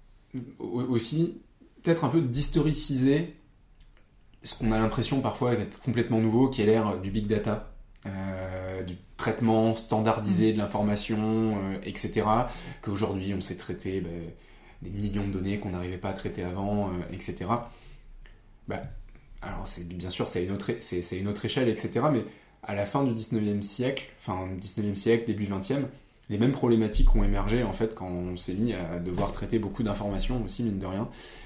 aussi peut-être un peu d'historiciser ce qu'on a l'impression parfois d'être complètement nouveau, qui est l'ère du big data, du traitement standardisé de l'information, etc., qu'aujourd'hui on sait traiter des millions de données qu'on n'arrivait pas à traiter avant, etc. Alors bien sûr c'est une autre échelle, etc., mais à la fin du 19e siècle, début 20e, les mêmes problématiques ont émergé en fait quand on s'est mis à devoir traiter beaucoup d'informations aussi, mine de rien.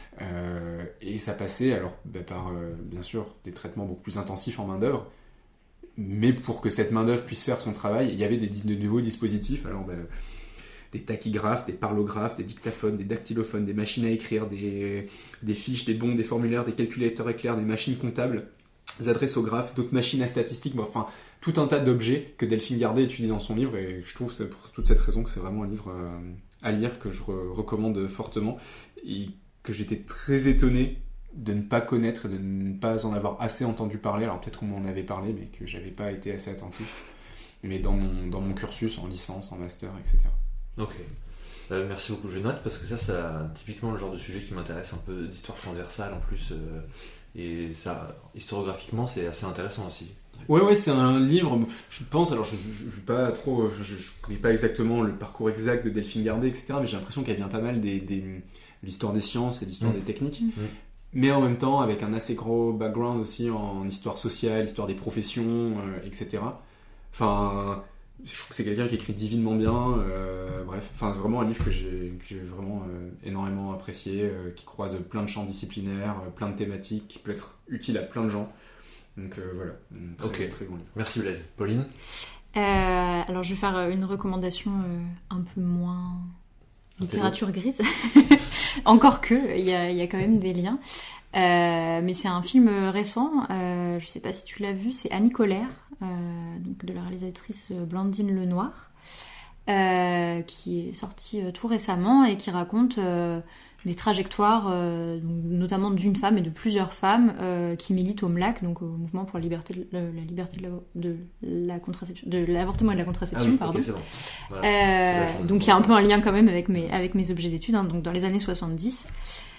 Et ça passait par bien sûr des traitements beaucoup plus intensifs en main d'œuvre, mais pour que cette main d'œuvre puisse faire son travail, il y avait de nouveaux dispositifs. Alors des tachygraphes, des parlographes, des dictaphones, des dactylophones, des machines à écrire, des fiches, des bons, des formulaires, des calculateurs éclairs, des machines comptables, des adressographes, d'autres machines à statistiques, tout un tas d'objets que Delphine Gardet étudie dans son livre, et je trouve pour toute cette raison que c'est vraiment un livre à lire que je recommande fortement, et que j'étais très étonné de ne pas connaître et de ne pas en avoir assez entendu parler. Alors peut-être qu'on m'en avait parlé, mais que j'avais pas été assez attentif, mais dans mon cursus en licence, en master, etc. Ok. Merci beaucoup, je note parce que ça typiquement le genre de sujet qui m'intéresse, un peu d'histoire transversale en plus, et ça, historiographiquement, c'est assez intéressant aussi. Ouais, c'est un livre, je pense, alors je pas trop, je connais pas exactement le parcours exact de Delphine Gardet, etc., mais j'ai l'impression qu'elle vient pas mal de l'histoire des sciences et l'histoire des techniques, mais en même temps avec un assez gros background aussi en histoire sociale, histoire des professions, etc. Enfin, je trouve que c'est quelqu'un qui écrit divinement bien, bref, enfin vraiment un livre que j'ai vraiment énormément apprécié, qui croise plein de champs disciplinaires, plein de thématiques, qui peut être utile à plein de gens. Donc voilà, très bon livre. Merci Blaise. Pauline? Alors je vais faire une recommandation un peu moins littérature grise. Encore que, il y a quand même des liens. Mais c'est un film récent, je sais pas si tu l'as vu, c'est Annie Colère, donc de la réalisatrice Blandine Lenoir, qui est sorti tout récemment et qui raconte des trajectoires, notamment d'une femme et de plusieurs femmes qui militent au MLAC, donc au mouvement pour la liberté de l'avortement et de la contraception, pardon. Okay, c'est bon. Voilà. Donc il y a un peu un lien quand même avec mes objets d'études, hein, donc dans les années 70.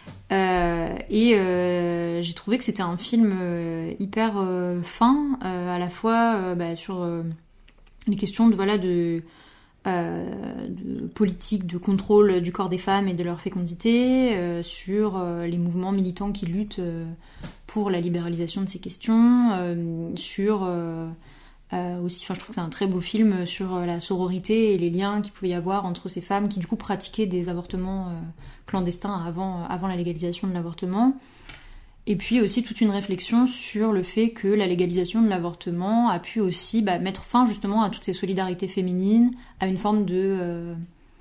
J'ai trouvé que c'était un film hyper fin, à la fois sur les questions de politique, de contrôle du corps des femmes et de leur fécondité, sur les mouvements militants qui luttent pour la libéralisation de ces questions, sur aussi, je trouve que c'est un très beau film sur la sororité et les liens qu'il pouvait y avoir entre ces femmes qui du coup pratiquaient des avortements clandestins avant la légalisation de l'avortement. Et puis aussi toute une réflexion sur le fait que la légalisation de l'avortement a pu aussi mettre fin justement à toutes ces solidarités féminines, à une forme de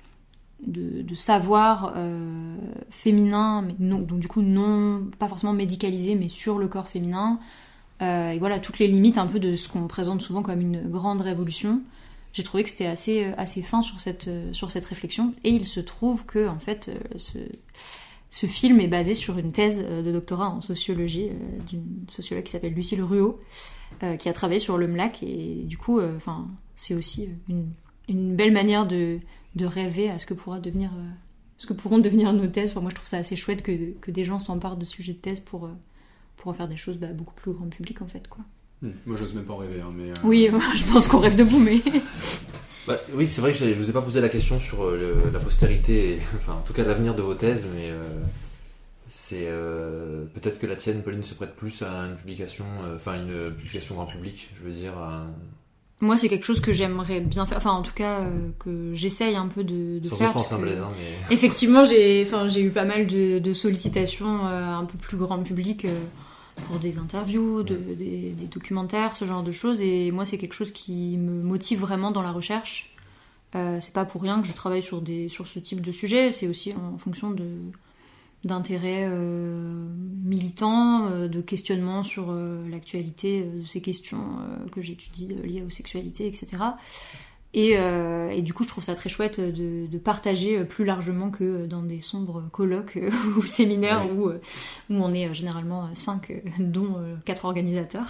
savoir féminin, mais non, donc du coup non, pas forcément médicalisé, mais sur le corps féminin. Et voilà, toutes les limites un peu de ce qu'on présente souvent comme une grande révolution. J'ai trouvé que c'était assez fin sur cette réflexion. Et il se trouve que en fait, ce film est basé sur une thèse de doctorat en sociologie d'une sociologue qui s'appelle Lucille Ruot, qui a travaillé sur le MLAC. Et du coup, c'est aussi une belle manière de rêver à ce que pourront devenir nos thèses. Moi, je trouve ça assez chouette que des gens s'emparent de sujets de thèse pour en faire des choses beaucoup plus grand public, en fait, quoi. Moi, j'ose même pas en rêver, hein, mais... Oui, je pense qu'on rêve debout, mais... Oui, c'est vrai que je vous ai pas posé la question sur la postérité, en tout cas l'avenir de vos thèses, mais c'est peut-être que la tienne, Pauline, se prête plus à une publication grand public, je veux dire. Moi, c'est quelque chose que j'aimerais bien faire, en tout cas que j'essaye un peu de faire. Sans offense, Blaise, mais... Effectivement, j'ai eu pas mal de sollicitations un peu plus grand public pour des interviews, des documentaires, ce genre de choses. Et moi, c'est quelque chose qui me motive vraiment dans la recherche. C'est pas pour rien que je travaille sur ce type de sujet. C'est aussi en fonction d'intérêts militants, de questionnements sur l'actualité de ces questions que j'étudie liées aux sexualités, etc. Et du coup, je trouve ça très chouette de partager plus largement que dans des sombres colloques ou séminaires où on est généralement 5, dont 4 organisateurs.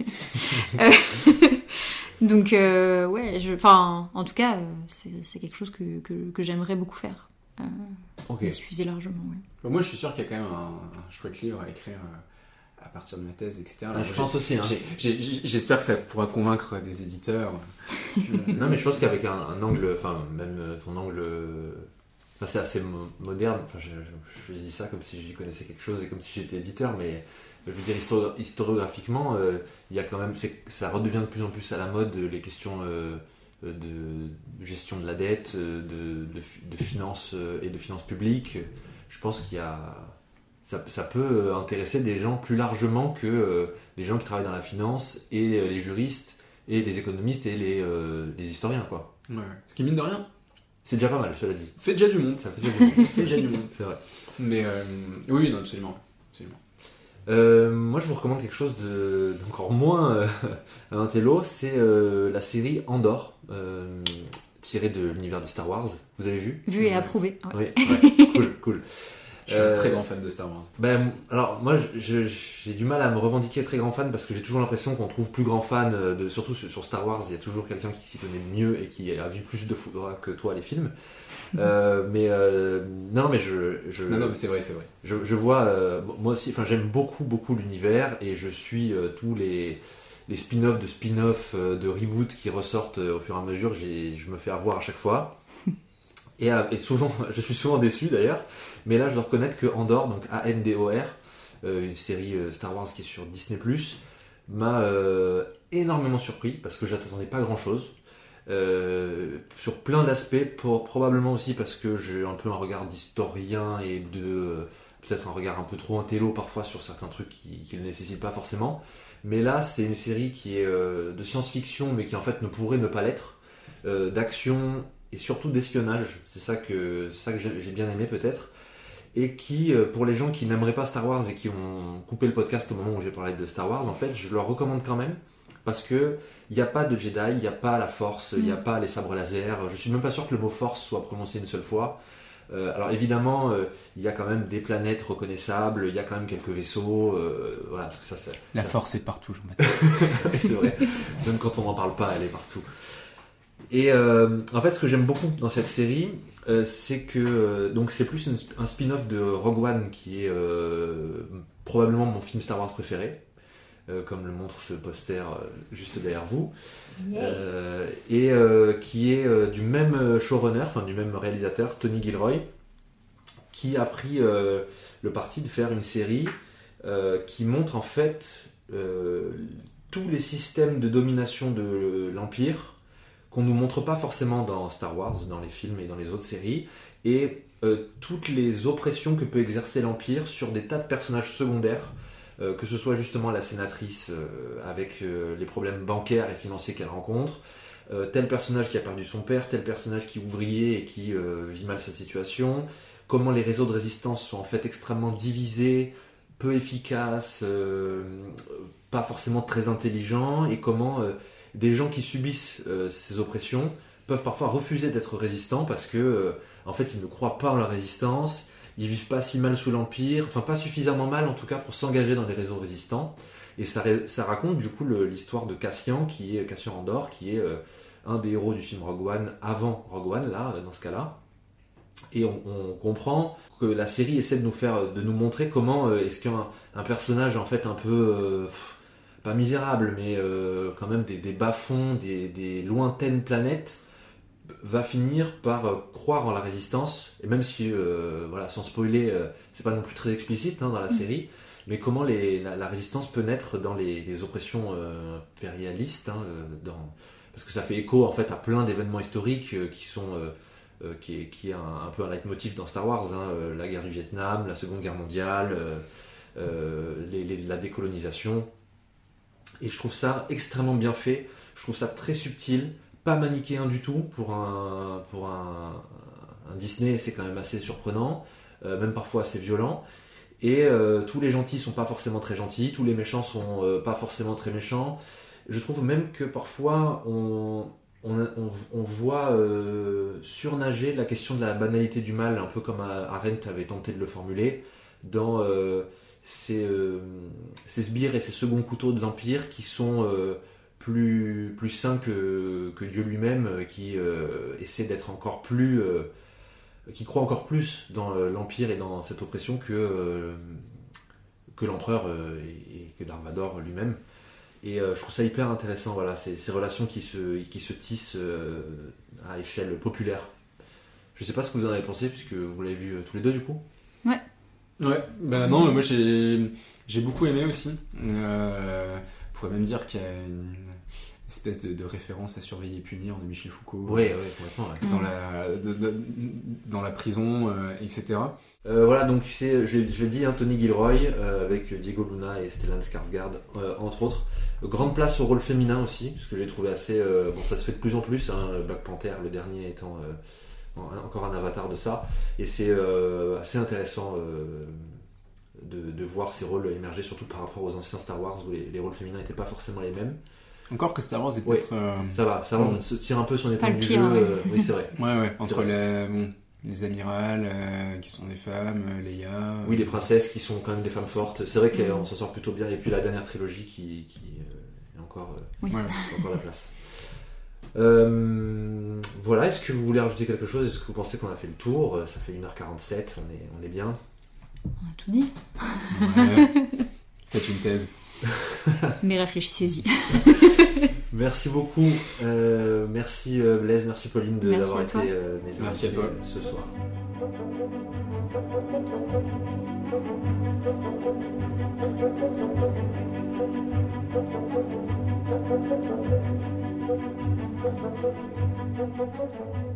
Donc, en tout cas, c'est quelque chose que j'aimerais beaucoup faire. Diffuser largement, ouais. Moi, je suis sûr qu'il y a quand même un chouette livre à écrire à partir de ma thèse, etc. Je pense aussi. J'espère que ça pourra convaincre des éditeurs. Non, mais je pense qu'avec un angle, même ton angle, c'est assez moderne. Je dis ça comme si j'y connaissais quelque chose et comme si j'étais éditeur, mais je veux dire historiographiquement, il y a quand même, ça redevient de plus en plus à la mode les questions de gestion de la dette, de finances et de finances publiques. Je pense qu'il y a ça peut intéresser des gens plus largement que les gens qui travaillent dans la finance et les juristes et les économistes et les historiens, quoi. Ouais. Ce qui, mine de rien, c'est déjà pas mal, cela dit. Fait déjà du monde. Ça fait déjà du monde. Fait déjà du monde. C'est vrai. Mais oui, non, absolument. Moi, je vous recommande quelque chose d'encore moins un télo, c'est la série Andor, tirée de l'univers de Star Wars. Vous avez vu ? Vu et approuvé. Ouais. Oui, cool. Je suis un très grand fan de Star Wars. Alors moi j'ai du mal à me revendiquer très grand fan parce que j'ai toujours l'impression qu'on trouve plus grand fan, surtout sur Star Wars, il y a toujours quelqu'un qui s'y connaît mieux et qui a vu plus de fois que toi les films. Non mais c'est vrai. Je vois, moi aussi, j'aime beaucoup l'univers et je suis tous les spin-offs de spin-off de reboot qui ressortent au fur et à mesure. Je me fais avoir à chaque fois. Et souvent, je suis souvent déçu d'ailleurs, mais là je dois reconnaître que Andor, donc Andor, une série Star Wars qui est sur Disney+, m'a énormément surpris parce que j'attendais pas grand chose sur plein d'aspects, probablement aussi parce que j'ai un peu un regard d'historien et peut-être un regard un peu trop intello parfois sur certains trucs qui ne le nécessitent pas forcément, mais là c'est une série qui est de science-fiction mais qui en fait ne pourrait ne pas l'être, d'action et surtout d'espionnage. C'est ça que j'ai bien aimé peut-être, et qui, pour les gens qui n'aimeraient pas Star Wars et qui ont coupé le podcast au moment où j'ai parlé de Star Wars, en fait, je leur recommande quand même, parce que il n'y a pas de Jedi, il n'y a pas la Force, il n'y a pas les sabres laser. Je suis même pas sûr que le mot Force soit prononcé une seule fois. Alors évidemment, il y a quand même des planètes reconnaissables, il y a quand même quelques vaisseaux, voilà, parce que la Force est partout, Jean-Baptiste. C'est vrai, même quand on n'en parle pas, elle est partout. Et en fait, ce que j'aime beaucoup dans cette série, c'est que donc c'est plus un spin-off de Rogue One qui est probablement mon film Star Wars préféré, comme le montre ce poster juste derrière vous, et qui est du même showrunner, du même réalisateur, Tony Gilroy, qui a pris le parti de faire une série qui montre en fait tous les systèmes de domination de l'Empire qu'on nous montre pas forcément dans Star Wars, dans les films et dans les autres séries, et toutes les oppressions que peut exercer l'Empire sur des tas de personnages secondaires, que ce soit justement la sénatrice avec les problèmes bancaires et financiers qu'elle rencontre, tel personnage qui a perdu son père, tel personnage qui est ouvrier et qui vit mal sa situation, comment les réseaux de résistance sont en fait extrêmement divisés, peu efficaces, pas forcément très intelligents, et comment des gens qui subissent ces oppressions peuvent parfois refuser d'être résistants parce que en fait ils ne croient pas en la résistance, ils vivent pas si mal sous l'Empire, pas suffisamment mal en tout cas pour s'engager dans les réseaux résistants. Et ça raconte du coup l'histoire de Cassian Andor, qui est un des héros du film Rogue One avant Rogue One là, dans ce cas-là. Et on comprend que la série essaie de nous montrer comment est-ce qu'un personnage en fait un peu pas misérable, mais quand même des bas-fonds, des lointaines planètes, va finir par croire en la résistance, et même si, sans spoiler, c'est pas non plus très explicite dans la série, mais comment la résistance peut naître dans les oppressions impérialistes, parce que ça fait écho en fait à plein d'événements historiques qui est un peu un leitmotiv dans Star Wars, la guerre du Vietnam, la Seconde Guerre mondiale, la décolonisation. Et je trouve ça extrêmement bien fait, je trouve ça très subtil, pas manichéen du tout pour un Disney, c'est quand même assez surprenant, même parfois assez violent. Et tous les gentils sont pas forcément très gentils, tous les méchants sont pas forcément très méchants. Je trouve même que parfois on voit surnager la question de la banalité du mal, un peu comme Arendt avait tenté de le formuler, dans ces sbires et ces seconds couteaux de l'Empire qui sont plus sains que Dieu lui-même, qui essaie d'être encore plus... qui croit encore plus dans l'Empire et dans cette oppression que l'Empereur et que Darth Vader lui-même. Et je trouve ça hyper intéressant, voilà, ces relations qui se tissent à échelle populaire. Je sais pas ce que vous en avez pensé, puisque vous l'avez vu tous les deux du coup. Ouais. Non, moi j'ai beaucoup aimé aussi. On pourrait même dire qu'il y a une espèce de référence à Surveiller et Punir de Michel Foucault. Ouais, complètement. Ouais. Dans la prison, etc. Voilà, donc je l'ai dit, Tony Gilroy, avec Diego Luna et Stellan Skarsgård, entre autres. Grande place au rôle féminin aussi, ce que j'ai trouvé assez... ça se fait de plus en plus, Black Panther, le dernier étant encore un avatar de ça. Et c'est assez intéressant de voir ces rôles émerger, surtout par rapport aux anciens Star Wars, où les rôles féminins n'étaient pas forcément les mêmes. Encore que Star Wars est peut-être... Ça va, se tire un peu son épingle du jeu. Ouais. Oui, c'est vrai. Ouais, entre Les amirales qui sont des femmes, Leia. Oui, les princesses qui sont quand même des femmes fortes. C'est vrai qu'on s'en sort plutôt bien. Et puis la dernière trilogie qui est encore, encore la place. Voilà, est-ce que vous voulez rajouter quelque chose? Est-ce que vous pensez qu'on a fait le tour? Ça fait 1h47, on est bien. On a tout dit. Ouais. Faites une thèse. Mais réfléchissez-y. Merci beaucoup. Merci Blaise, merci Pauline d'avoir été mes invités ce soir. Thank you.